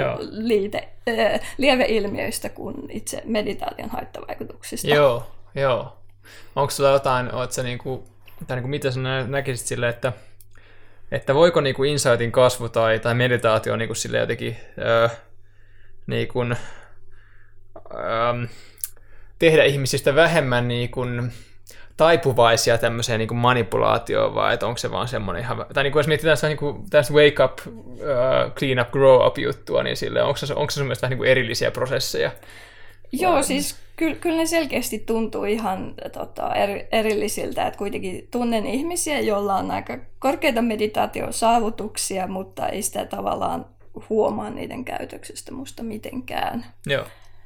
lieveilmiöistä kuin itse meditaation haittavaikutuksista. Joo. Onko sulla jotain, mitä sä näkisit silleen, että voiko niinku insightin kasvu tai meditaatio niinku sille jotenkin tehdä ihmisistä vähemmän niinku taipuvaisia tämmöiseen niinku manipulaatioon, vai että onko se vaan semmoinen ihan, tai niinku jos mietitään niinku tästä wake up, clean up, grow up juttua, niin sille onko se sun mielestä vähän niinku erillisiä prosesseja? Joo, siis kyllä ne selkeästi tuntuu ihan erillisiltä, että kuitenkin tunnen ihmisiä, joilla on aika korkeita meditaatiosaavutuksia, mutta ei sitä tavallaan huomaa niiden käytöksestä musta mitenkään. Joo.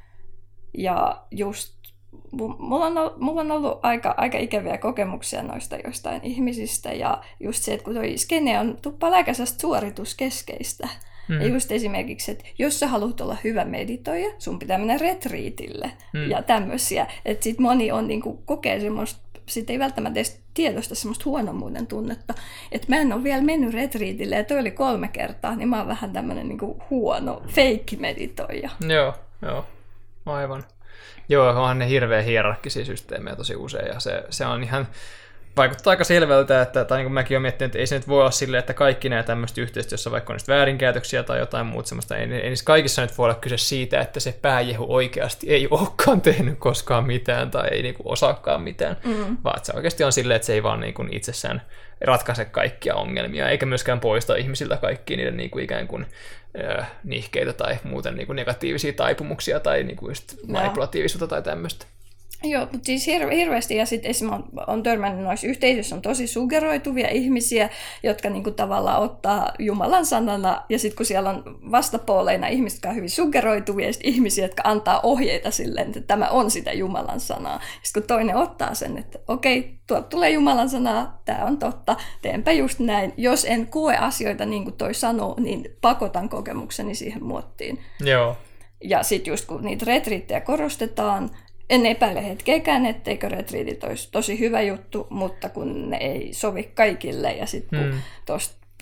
Ja just mulla on ollut aika ikäviä kokemuksia noista jostain ihmisistä, ja just se, että kun toi skene on tuppaa aika suorituskeskeistä. Ja just esimerkiksi, että jos sä haluat olla hyvä meditoija, sun pitää mennä retriitille ja tämmöisiä. Että sit moni on niinku kokee semmoista, sit ei välttämättä edes tiedosta semmoista huonommuuden tunnetta. Että mä en ole vielä mennyt retriitille ja toi oli 3 kertaa, niin mä oon vähän tämmönen niinku huono fake-meditoija. Joo, aivan. Joo, onhan ne hirveän hierarkkisia systeemejä tosi usein, ja se on ihan, vaikuttaa aika selvältä, tai niin kuin mäkin olen miettinyt, että ei se nyt voi olla silleen, että kaikki nämä tämmöiset yhteistyössä, vaikka on niistä väärinkäytöksiä tai jotain muuta semmoista, ei niissä kaikissa nyt voi olla kyse siitä, että se pääjehu oikeasti ei olekaan tehnyt koskaan mitään tai ei niin kuin osaakaan mitään, vaan että se oikeasti on silleen, että se ei vaan niin kuin itsessään ratkaise kaikkia ongelmia, eikä myöskään poista ihmisiltä kaikkia niiden niin kuin ikään kuin nihkeitä tai muuten niin kuin negatiivisia taipumuksia tai niin kuin just manipulatiivisuutta tai tämmöistä. Joo, mutta siis hirveästi, ja sitten esimerkiksi on törmännyt noissa yhteisöissä on tosi suggeroituvia ihmisiä, jotka niinku tavallaan ottaa Jumalan sanana, ja sitten kun siellä on vastapooleina ihmiset, jotka on hyvin suggeroituvia, ja ihmisiä, jotka antaa ohjeita silleen, että tämä on sitä Jumalan sanaa. Sitten kun toinen ottaa sen, että okei, tuolta tulee Jumalan sanaa, tämä on totta, teenpä just näin. Jos en koe asioita niin kuin toi sanoo, niin pakotan kokemukseni siihen muottiin. Joo. Ja sitten just kun niitä retriittejä korostetaan, en epäile hetkeäkään, etteikö retriitit olisi tosi hyvä juttu, mutta kun ne ei sovi kaikille, ja sitten kun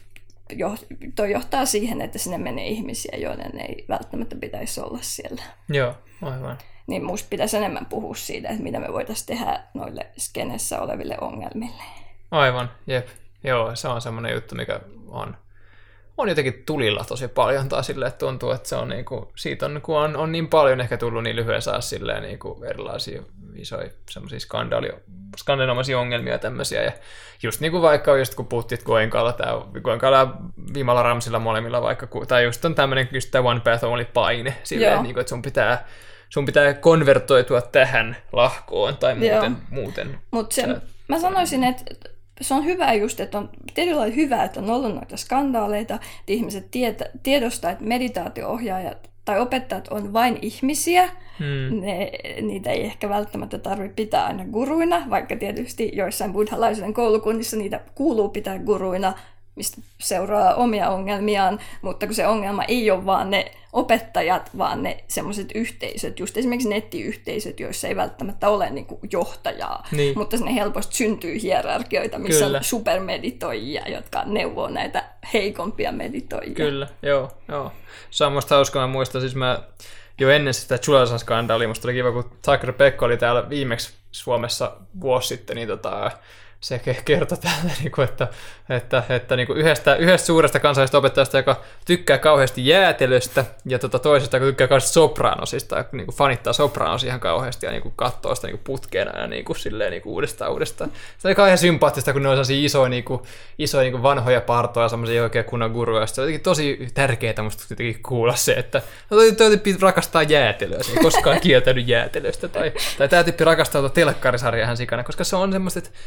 toi johtaa siihen, että sinne menee ihmisiä, joiden ei välttämättä pitäisi olla siellä. Joo, aivan. Niin musta pitäisi enemmän puhua siitä, että mitä me voitaisiin tehdä noille skenessä oleville ongelmille. Aivan, jep. Joo, se on semmoinen juttu, mikä on jotenkin tulilla tosi paljon tai silleen, että tuntuu, että se on niinku, siitä on, kun on niin paljon ehkä tullut niin lyhyessä ajassa silleen niinku erilaisia isoja semmoisia skandinomaisia ongelmia tämmöisiä, ja just niinku vaikka just kun puhuttiin Goenkalla ja Vimala Ramsilla molemmilla vaikka, tai just on tämmöinen just tämä One Path Only paine, silleen, niinku, että sun pitää konvertoitua tähän lahkoon tai muuten. Mutta mä sanoisin, että se on hyvä just, että on tietyllä lailla hyvä, että on ollut noita skandaaleita, että ihmiset tiedostaa, että meditaatio-ohjaajat tai opettajat on vain ihmisiä. Niitä ei ehkä välttämättä tarvitse pitää aina guruina, vaikka tietysti joissain buddhalaisuuden koulukunnissa niitä kuuluu pitää guruina, mistä seuraa omia ongelmiaan, mutta kun se ongelma ei ole vaan ne opettajat, vaan ne semmoiset yhteisöt, just esimerkiksi nettiyhteisöt, joissa ei välttämättä ole niin kuin johtajaa, mutta sinne helposti syntyy hierarkioita, missä on supermeditoijia, jotka neuvoo näitä heikompia meditoijia. Kyllä, joo. Se on musta hauskaa, mä muistan, siis mä jo ennen sitä Chulasan skandaalia, musta oli kiva, kun Tucker Pekko oli täällä viimeksi Suomessa vuosi sitten, niin se kertoi täällä, että yhdestä suuresta kansallisesta opettajasta, joka tykkää kauheasti jäätelöstä, ja toisesta, joka tykkää kauheasti sopraanosista, ja fanittaa sopraanosia ihan kauheasti, ja katsoo sitä putkeena ja uudestaan. Se oli kauhean sympaattista, kun ne on sellaisia isoja vanhoja partoja, sellaisia oikein kunnon guruja. Se oli tosi tärkeää musta kuulla se, että toi tyyppi rakastaa jäätelöä, se ei koskaan kieltänyt jäätelöstä, tai tämä tyyppi rakastaa telkkarisarjaa ihan sikana, koska se on semmoista, että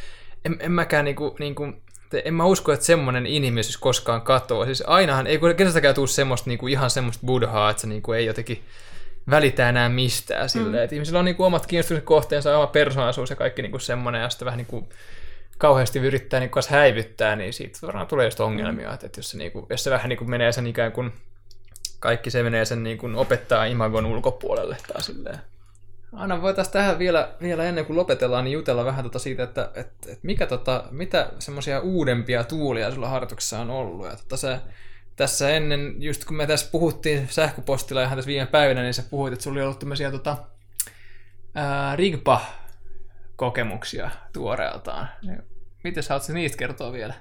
en mä usko, että semmoinen inhimillisyys koskaan katoaa. Siis ainahan ei kenestäkään tule semmoista ihan semmoista buddhaa, että se ei jotenkin välitä enää mistään silleen. Että ihmisillä on omat kiinnostuksen kohteensa, oma persoonallisuus ja kaikki semmoinen, ja sitten vähän kauheasti yrittää häivyttää, niin siitä varmaan tulee just ongelmia. Että jos se vähän menee sen ikään kuin kaikki se menee sen opettaa imagon ulkopuolelle taas silleen. Anna, voitaisiin tähän vielä ennen kuin lopetellaan, niin jutella vähän siitä, että mitä semmoisia uudempia tuulia sulla harjoituksessa on ollut. Ja tässä ennen, just kun me tässä puhuttiin sähköpostilla ihan tässä viime päivinä, niin sä puhuit, että sulla oli ollut tämmöisiä Rigpa-kokemuksia tuoreeltaan. Miten sä oot niistä kertoa vielä?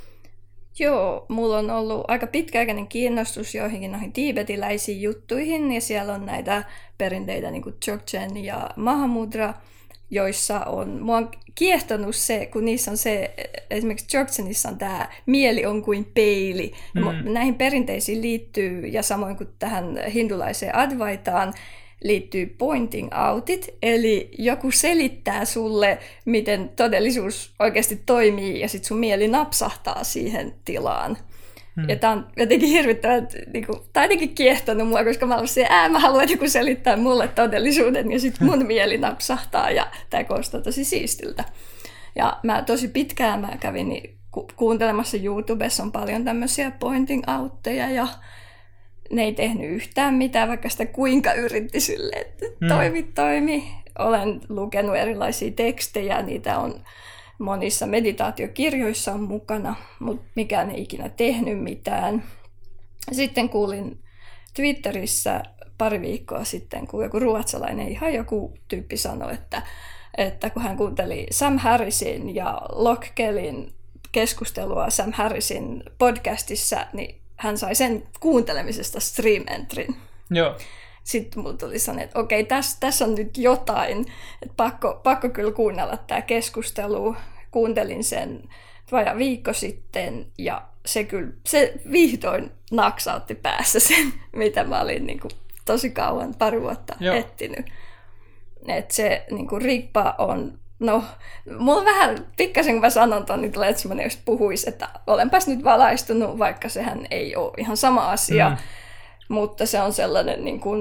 Joo, mulla on ollut aika pitkäaikainen kiinnostus joihinkin noihin tiibetiläisiin juttuihin, ja siellä on näitä perinteitä niin kuin Dzogchen ja Mahamudra, joissa mua on kiehtonut se, kun niissä on se, esimerkiksi Dzogchenissa on tämä mieli on kuin peili. Näihin perinteisiin liittyy, ja samoin kuin tähän hindulaiseen Advaitaan, liittyy pointing outit, eli joku selittää sulle, miten todellisuus oikeasti toimii, ja sitten sun mieli napsahtaa siihen tilaan. Ja tää on jotenkin hirvittävän, tai jotenkin kiehtonut mua, koska mä olen mä haluan, että joku selittää mulle todellisuuden, ja sitten mun mieli napsahtaa, ja tää koostaa tosi siistiltä. Ja mä tosi pitkään mä kävin kuuntelemassa YouTubessa, on paljon tämmöisiä pointing outteja, ja ne ei tehnyt yhtään mitään, vaikka sitä kuinka yritti silleen, että toimi. Olen lukenut erilaisia tekstejä, niitä on monissa meditaatiokirjoissa on mukana, mutta mikään ei ikinä tehnyt mitään. Sitten kuulin Twitterissä pari viikkoa sitten, kun joku ruotsalainen, ihan joku tyyppi sanoi, että kun hän kuunteli Sam Harrisin ja Locke Kellyn keskustelua Sam Harrisin podcastissa, niin hän sai sen kuuntelemisesta stream-entrin. Joo. Sitten mulla tuli sellainen, että okei, tässä on nyt jotain, että pakko kyllä kuunnella tämä keskustelu. Kuuntelin sen vajaa viikko sitten, ja se vihdoin naksautti päässä sen, mitä mä olin tosi kauan, pari vuotta etsinyt. Että se Rigpa on, mulla on vähän, pikkasen kun mä sanon ton, niin tulee, että semmoinen jos puhuisi, että olenpas nyt valaistunut, vaikka sehän ei ole ihan sama asia, mutta se on sellainen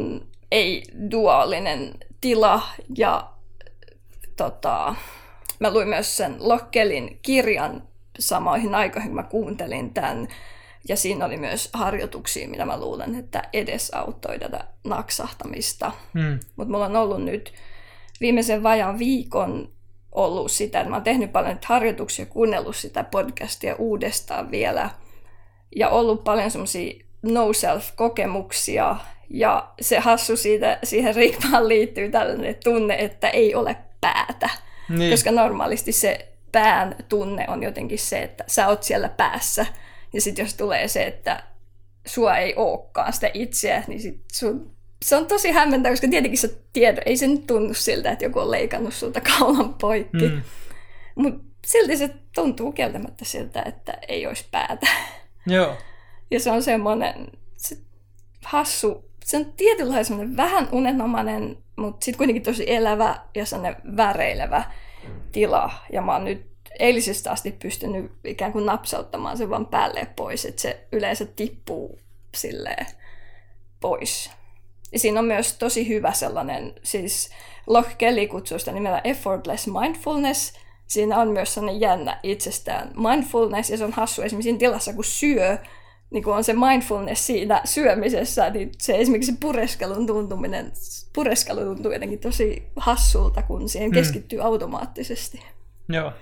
ei-duaalinen tila, ja mä luin myös sen Locke Kellyn kirjan samoihin aikoihin, kun mä kuuntelin tämän, ja siinä oli myös harjoituksia, mitä mä luulen, että edesauttoi tätä naksahtamista. Mutta mulla on ollut nyt viimeisen vajaan viikon ollut sitä, että mä oon tehnyt paljon harjoituksia, kuunnellut sitä podcastia uudestaan vielä, ja ollut paljon semmoisia no-self-kokemuksia, ja se hassu siihen Rigpaan liittyy tällainen tunne, että ei ole päätä, koska normaalisti se pään tunne on jotenkin se, että sä oot siellä päässä, Ja sitten jos tulee se, että sua ei olekaan sitä itseä, niin sit se on tosi hämmentävää, koska tietenkin sä tiedät, ei se nyt tunnu siltä, että joku on leikannut sulta kaulan poikki. Mutta silti se tuntuu kieltämättä siltä, että ei olisi päätä. Joo. Ja se on semmoinen hassu, se on tietynlainen semmoinen vähän unenomainen, mutta sitten kuitenkin tosi elävä ja semmoinen väreilevä tila. Ja mä oon nyt eilisestä asti pystynyt ikään kuin napsauttamaan sen vaan päälle pois, että se yleensä tippuu silleen pois. Ja siinä on myös tosi hyvä sellainen, siis Loch Kelly kutsuu sitä nimellä effortless mindfulness. Siinä on myös sellainen jännä itsestään mindfulness, ja se on hassu esimerkiksi siinä tilassa, kun syö, niin kun on se mindfulness siinä syömisessä, niin se esimerkiksi se pureskelu tuntuu jotenkin tosi hassulta, kun siihen keskittyy automaattisesti. Joo.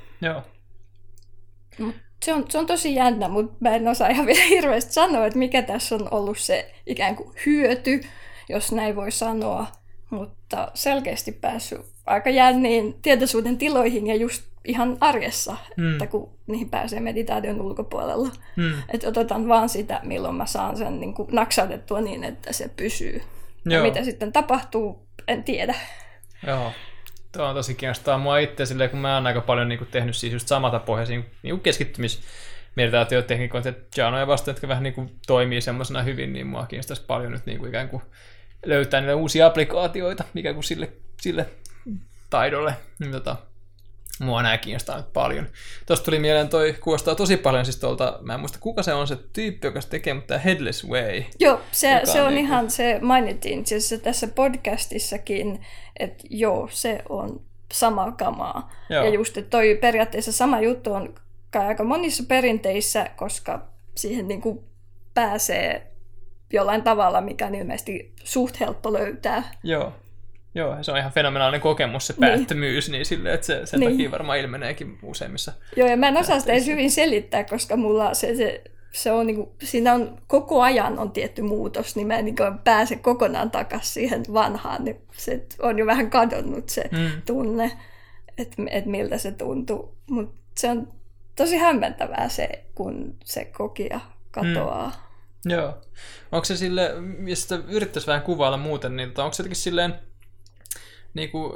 Se on tosi jännä, mutta mä en osaa ihan vielä hirveästi sanoa, että mikä tässä on ollut se ikään kuin hyöty, jos näin voi sanoa, mutta selkeästi päässyt aika jänniin tietoisuuden tiloihin ja just ihan arjessa, että kun niihin pääsee meditaation ulkopuolella. Että otetaan vaan sitä, milloin mä saan sen niin kuin naksautettua niin, että se pysyy. Ja mitä sitten tapahtuu, en tiedä. Joo. Tuo on tosi kiinnostaa mua itse, silleen, kun mä oon aika paljon niin kuin tehnyt siis just samatapohjaisia niin keskittymismeditaatiotekniikoita, jhanoja vastaan, jotka vähän niin kuin toimii semmoisena hyvin, niin mua kiinnostaisi paljon nyt niin kuin ikään kuin löytää niitä uusia applikaatioita, mikä kuin sille taidolle. Niin mua nää kiinnostaa nyt paljon. Tuosta tuli mieleen, toi kuulostaa tosi paljon siis tuolta, mä en muista kuka se on se tyyppi, joka se tekee, mutta tämä Headless Way. Joo, se on niin ihan, se mainittiin siis tässä podcastissakin, että joo, se on sama kamaa. Joo. Ja just, että toi periaatteessa sama juttu on aika monissa perinteissä, koska siihen niin kuin pääsee jollain tavalla, mikä on ilmeisesti suht helppo löytää. Joo, se on ihan fenomenaalinen kokemus, se päättömyys, niin silleen, että sen takia varmaan ilmeneekin useimmissa. Joo, ja mä en osaa sitä edes hyvin selittää, koska mulla se on niinku, siinä on koko ajan on tietty muutos, niin mä en niinku pääse kokonaan takaisin siihen vanhaan, niin se on jo vähän kadonnut se tunne, että miltä se tuntuu. Mutta se on tosi hämmentävää se, kun se kokija katoaa. Joo. Onko se silleen, jos sitä yrittäisi vähän kuvailla muuten, niin onko se jotenkin silleen, niinku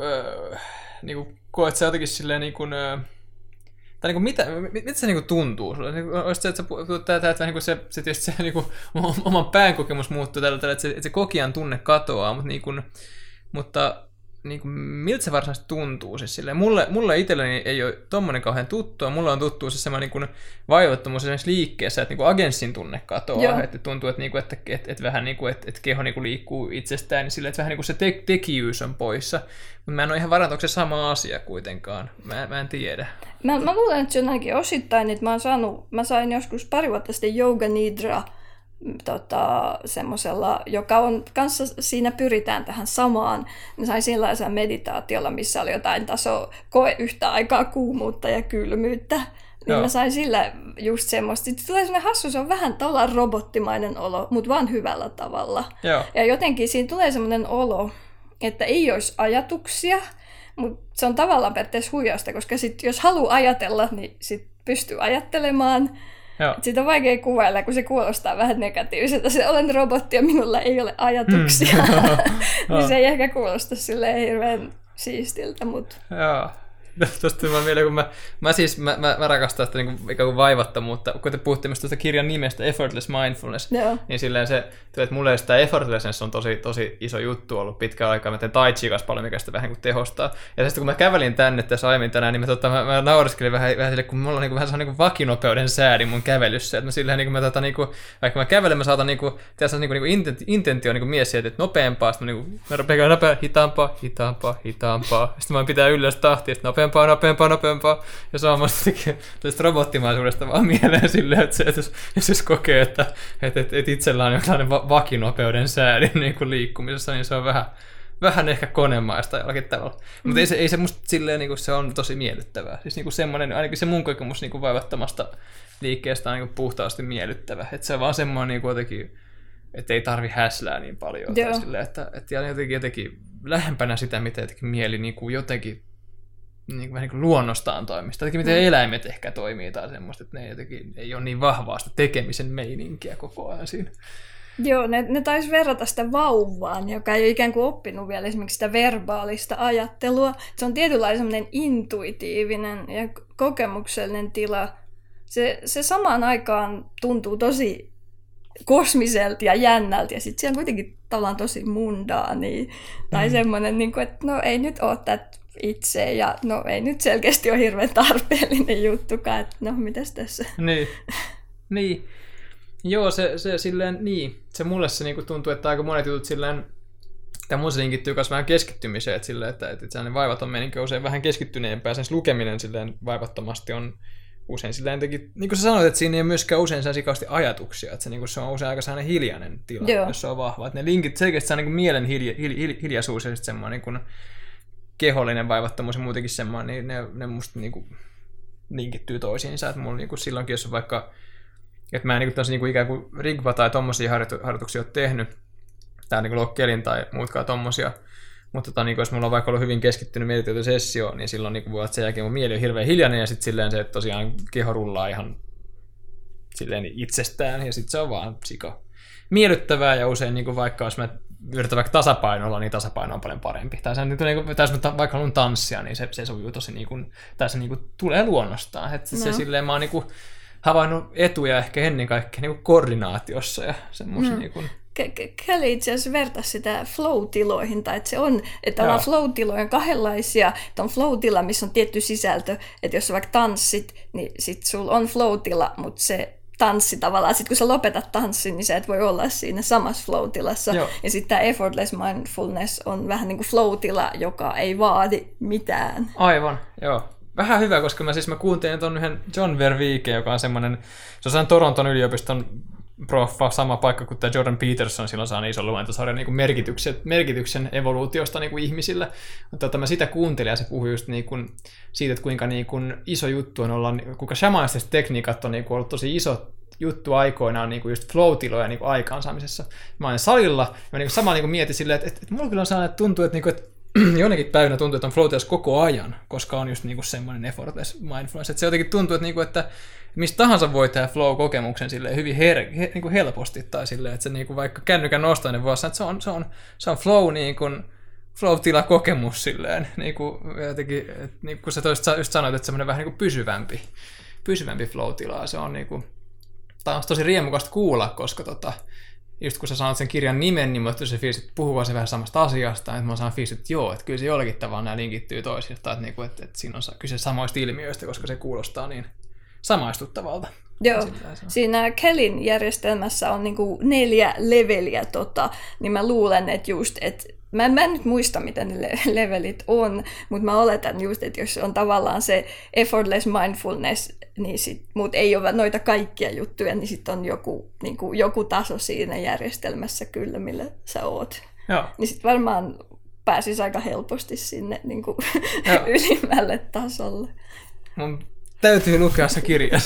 koet sä jotenkin silleen tai mitä se niinku tuntuu sulle? Olis se, että se oman pään kokemus muuttuu tällä, että se kokijan tunne katoaa, mutta miltä se varsinaisesti tuntuu? Siis silleen, mulle itselleni ei ole tommonen kauhean tuttua. Mulla on tuttua se semmoinen vaivattomuus esimerkiksi liikkeessä, että agenssin tunne katoaa. Joo. Että tuntuu, että vähän että keho liikkuu itsestään, niin silleen, että vähän se tekijyys on poissa. Mutta mä en ole ihan varma, onko se sama asia kuitenkaan. Mä en tiedä. Mä luulen, että se on ainakin osittain, että mä sain joskus pari vuotta sitten Yoga Nidra semmosella, joka on kanssa, siinä pyritään tähän samaan. Mä sain sellaisen meditaatiolla, missä oli jotain koe yhtä aikaa kuumuutta ja kylmyyttä. Niin mä sain sillä just semmoista. Sitten tulee sellainen hassu, se on vähän tavallaan robottimainen olo, mutta vaan hyvällä tavalla. Joo. Ja jotenkin siinä tulee semmoinen olo, että ei olisi ajatuksia, mutta se on tavallaan periaatteessa huijausta, koska sit, jos haluaa ajatella, niin sit pystyy ajattelemaan. Siitä on vaikea kuvailla, kun se kuulostaa vähän negatiiviselta. Se olen robotti ja minulla ei ole ajatuksia. Niin se ei ehkä kuulosta silleen hirveän siistiltä. Joo. Tuosta tuli mieleen, kun mä rakastan sitä ikään kuin vaivattomuutta, kun te puhutte myös tuosta kirjan nimestä Effortless Mindfulness, niin silleen se, että mulle sitä effortlessness on tosi iso juttu ollut pitkään aikaa. Mä teen tai chi kanssa paljon, mikä sitä vähän kuin tehostaa. Ja sitten kun mä kävelin tänne tässä aiemmin tänään, niin mä naureskelin vähän sille, kun mulla on vähän sellainen vakinopeuden säädi mun kävelyssä. Että mä silleen, vaikka mä kävelen, mä saatan intentio mies sieltä, että nopeampaa, sitten mä rupean nopeaa, hitaampaa. Sitten mä pitää ylös tahtia, nopeampaa. Ja se on musta tästä robottimaisuudesta vaan mieleen silleen, että jos kokee, että itsellä on jollainen vakinopeuden säädin liikkumisessa, niin se on vähän ehkä konemaista jollakin tavalla. Mutta ei se musta silleen, se on tosi miellyttävää. Siis semmoinen, ainakin se mun kokemus vaivattomasta liikkeestä on puhtaasti miellyttävä. Että se on vaan semmoinen jotenkin, että ei tarvi häslää niin paljon. Silleen, että jotenkin lähempänä sitä, mitä jotenkin mieli jotenkin niin vähän niin kuin luonnostaan toimista. Jotenkin miten eläimet ehkä toimii tai semmoista, että ne jotenkin ei ole niin vahvaa sitä tekemisen meininkiä koko ajan siinä. Joo, ne taisi verrata sitä vauvaan, joka ei ole ikään kuin oppinut vielä esimerkiksi sitä verbaalista ajattelua. Se on tietynlainen semmoinen intuitiivinen ja kokemuksellinen tila. Se samaan aikaan tuntuu tosi kosmiselta ja jännältä, ja sitten siellä on kuitenkin tavallaan tosi mundaani. Tai semmoinen, niin kuin, että no ei nyt ole tätä itse, ja no ei nyt selkeästi ole hirveän tarpeellinen juttukaan, että no mitäs tässä? Niin. Joo, se silleen, niin. Se mulle se niinku tuntuu, että aika monet jutut silleen, tämä mun se linkittyy myös vähän keskittymiseen, että silleen, että sellainen vaivaton meininki on usein vähän keskittyneempää, sen lukeminen silleen vaivattomasti on usein silleen, niin kuin sä sanoit, että siinä ei ole myöskään usein sellaisia kauheasti ajatuksia, että se on usein aika sellainen hiljainen tila, jos se on vahva. Että ne linkit, selkeästi se on niin kuin mielen hiljaisuus ja sitten semmoinen niin kuin kehollinen vaivattomuus ja muutenkin semmoinen, niin ne musta niin kuin linkittyy toisiinsa. Että mulla niin kuin silloinkin, jos on vaikka, että mä en niin kuin ikään kuin rigva tai tommosia harjoituksia ole tehnyt, tai niin kuin lokkelin tai muutkaan tommosia, mutta niin jos mulla on vaikka ollut hyvin keskittynyt meditaatiosessio, niin silloin niin voi olla, että sen jälkeen mun mieli on hirveän hiljainen ja sitten silleen se, että tosiaan keho rullaa ihan silleen itsestään ja sitten se on vaan sika miellyttävää ja usein niin vaikka jos mä yritän vaikka tasapainoilla, niin tasapaino on paljon parempi. Tai se, niin kuin, jos mä vaikka haluan tanssia, niin se sujuu tosi niin kuin, tai se niin kuin, tulee luonnostaan. Että se silleen mä oon niin kuin, havainnut etuja ehkä ennen kaikkea niin kuin koordinaatiossa ja semmoisen niin kuin Kelly itse asiassa vertasi sitä flow-tiloihin, tai että se on, että flow-tiloja on kahdenlaisia, että on flow-tila, missä on tietty sisältö, että jos sä vaikka tanssit, niin sit sulla on flow-tila, mutta se tanssi tavallaan, sit kun sä lopetat tanssin, niin sä et voi olla siinä samassa flow-tilassa, ja sitten tämä effortless mindfulness on vähän niin kuin flow-tila, joka ei vaadi mitään. Aivan, joo. Vähän hyvä, koska mä kuuntelin tuon yhden John Verweeke, joka on semmoinen, se on Toronton yliopiston proffa, sama paikka kuin tämä Jordan Peterson silloin saa iso luentosarja niin merkityksen evoluutiosta niin kuin ihmisille. Mutta mä sitä kuuntelin ja se puhui just niin kuin siitä, että kuinka niin kuin iso juttu on olla, kuinka shamanistiset tekniikat on niin kuin ollut tosi iso juttu aikoinaan niin kuin just flow-tiloja niin kuin aikaansaamisessa. Mä olin salilla ja mä niin kuin samalla niin kuin mietin silleen, että mulla kyllä on sellainen, että tuntuu, että, niin kuin, että jonnekin päivänä tuntuu, että on flow-tilassa koko ajan, koska on just niin kuin semmoinen effortless mindfulness. Että se jotenkin tuntuu, että, niin kuin, että mistä tahansa voi tehdä flow-kokemuksen hyvin niin kuin helposti, tai silleen, että se niin kuin vaikka kännykän nostainen voi sanoa, että se on flow, niin kuin, flow-tila-kokemus silleen, niin kuin, jotenkin, että, niin kuin sä just sanoit, että semmoinen vähän niin kuin pysyvämpi flow-tila, se on niin kuin, tämä on tosi riemukasta kuulla, koska just kun sä sanot sen kirjan nimen, niin mulla se fiilis, että puhuu se vähän samasta asiasta, että mä saan fiilis, että joo, että kyllä se jollakin tavalla nämä linkittyy toisiinsa, että siinä on kyse samoista ilmiöistä, koska se kuulostaa niin samaistuttavalta. Joo, siinä Kellyn järjestelmässä on niinku 4 leveliä, niin mä luulen, että just, että mä en nyt muista, mitä ne levelit on, mutta mä oletan just, että jos on tavallaan se effortless mindfulness, niin mutta ei ole noita kaikkia juttuja, niin sitten on joku taso siinä järjestelmässä kyllä, millä sä oot. Joo. Niin sitten varmaan pääsisi aika helposti sinne ylimmälle tasolle. Mun täytyy lukea se kirja.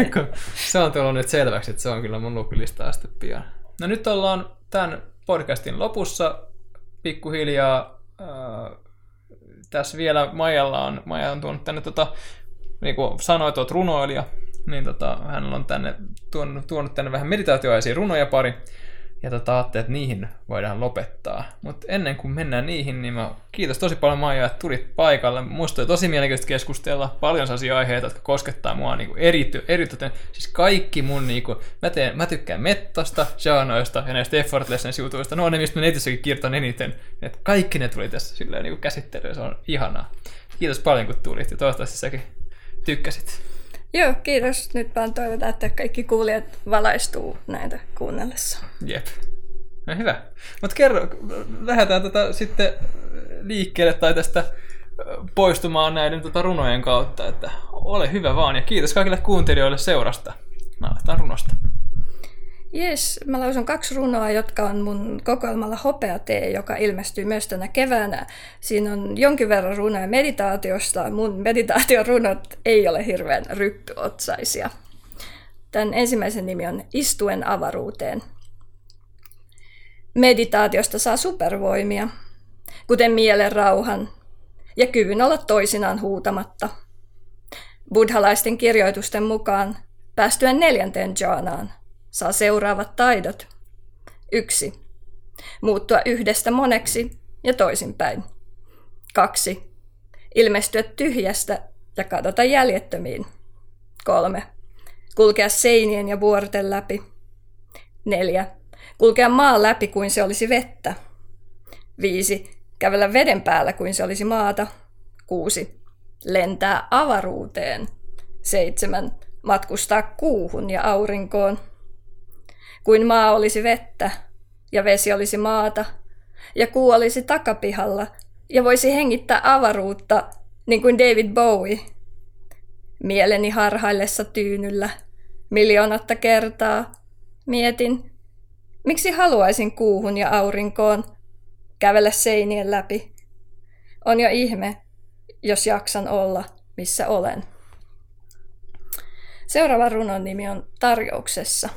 Se on tullut nyt selväksi, että se on kyllä mun lukulistaa sitten pian. No nyt ollaan tämän podcastin lopussa. Pikkuhiljaa tässä vielä Maija on tuonut tänne, niin kuin sanoit, olet runoilija, niin hän on tuonut tänne vähän meditaatioaisia runoja pari, ja ajattelin, että niihin voidaan lopettaa. Mutta ennen kuin mennään niihin, niin kiitos tosi paljon Maija, että tulit paikalle. Musta oli tosi mielenkiintoista keskustella paljon sellaisia aiheita, jotka koskettaa mua niin eritoten. Siis kaikki mun, niin kuin, mä tykkään mettasta, shaanoista ja näistä effortlessness-jutuista. No ne, mistä mä netissäkin kirjoitan eniten. Että kaikki ne tuli tässä silleen, niin käsittelyyn, se on ihanaa. Kiitos paljon, kun tulit, ja toivottavasti säkin tykkäsit. Joo, kiitos. Nyt vaan toivotaan, että kaikki kuulijat valaistuu näitä kuunnellessa. Jep. No hyvä. Mutta kerro, lähdetään sitten liikkeelle tai tästä poistumaan näiden runojen kautta. Että ole hyvä vaan ja kiitos kaikille kuuntelijoille seurasta. Mä aletaan runosta. Jes, mä lausun 2 runoa, jotka on mun kokoelmalla Hopeatee, joka ilmestyy myös tänä keväänä. Siinä on jonkin verran runoja meditaatiosta. Mun meditaatiorunot ei ole hirveän ryppyotsaisia. Tämän ensimmäisen nimi on Istuen avaruuteen. Meditaatiosta saa supervoimia, kuten mielen rauhan, ja kyvyn olla toisinaan huutamatta. Buddhalaisten kirjoitusten mukaan päästyään 4. jhanaan saa seuraavat taidot. 1. Muuttua yhdestä moneksi ja toisinpäin. 2. Ilmestyä tyhjästä ja kadota jäljettömiin. 3. Kulkea seinien ja vuorten läpi. 4. Kulkea maan läpi kuin se olisi vettä. 5. Kävellä veden päällä kuin se olisi maata. 6. Lentää avaruuteen. 7. Matkustaa kuuhun ja aurinkoon. Kuin maa olisi vettä ja vesi olisi maata ja kuu olisi takapihalla ja voisi hengittää avaruutta niin kuin David Bowie. Mieleni harhaillessa tyynyllä 1,000,000 kertaa mietin, miksi haluaisin kuuhun ja aurinkoon kävellä seinien läpi. On jo ihme, jos jaksan olla, missä olen. Seuraava runon nimi on Tarjouksessa.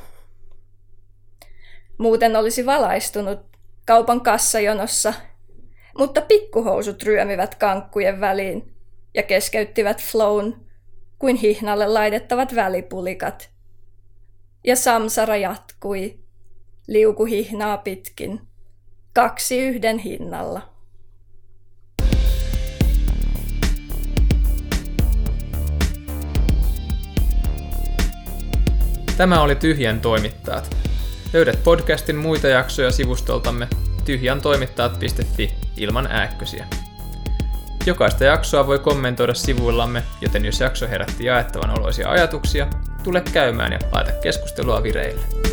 Muuten olisi valaistunut kaupan kassajonossa, mutta pikkuhousut ryömivät kankkujen väliin ja keskeyttivät flown kuin hihnalle laitettavat välipulikat. Ja samsara jatkui, liukuhihnaa pitkin, 2 yhden hinnalla. Tämä oli Tyhjän toimittajat. Löydät podcastin muita jaksoja sivustoltamme tyhjantoimittajat.fi ilman ääkkösiä. Jokaista jaksoa voi kommentoida sivuillamme, joten jos jakso herätti jaettavan oloisia ajatuksia, tule käymään ja laita keskustelua vireille.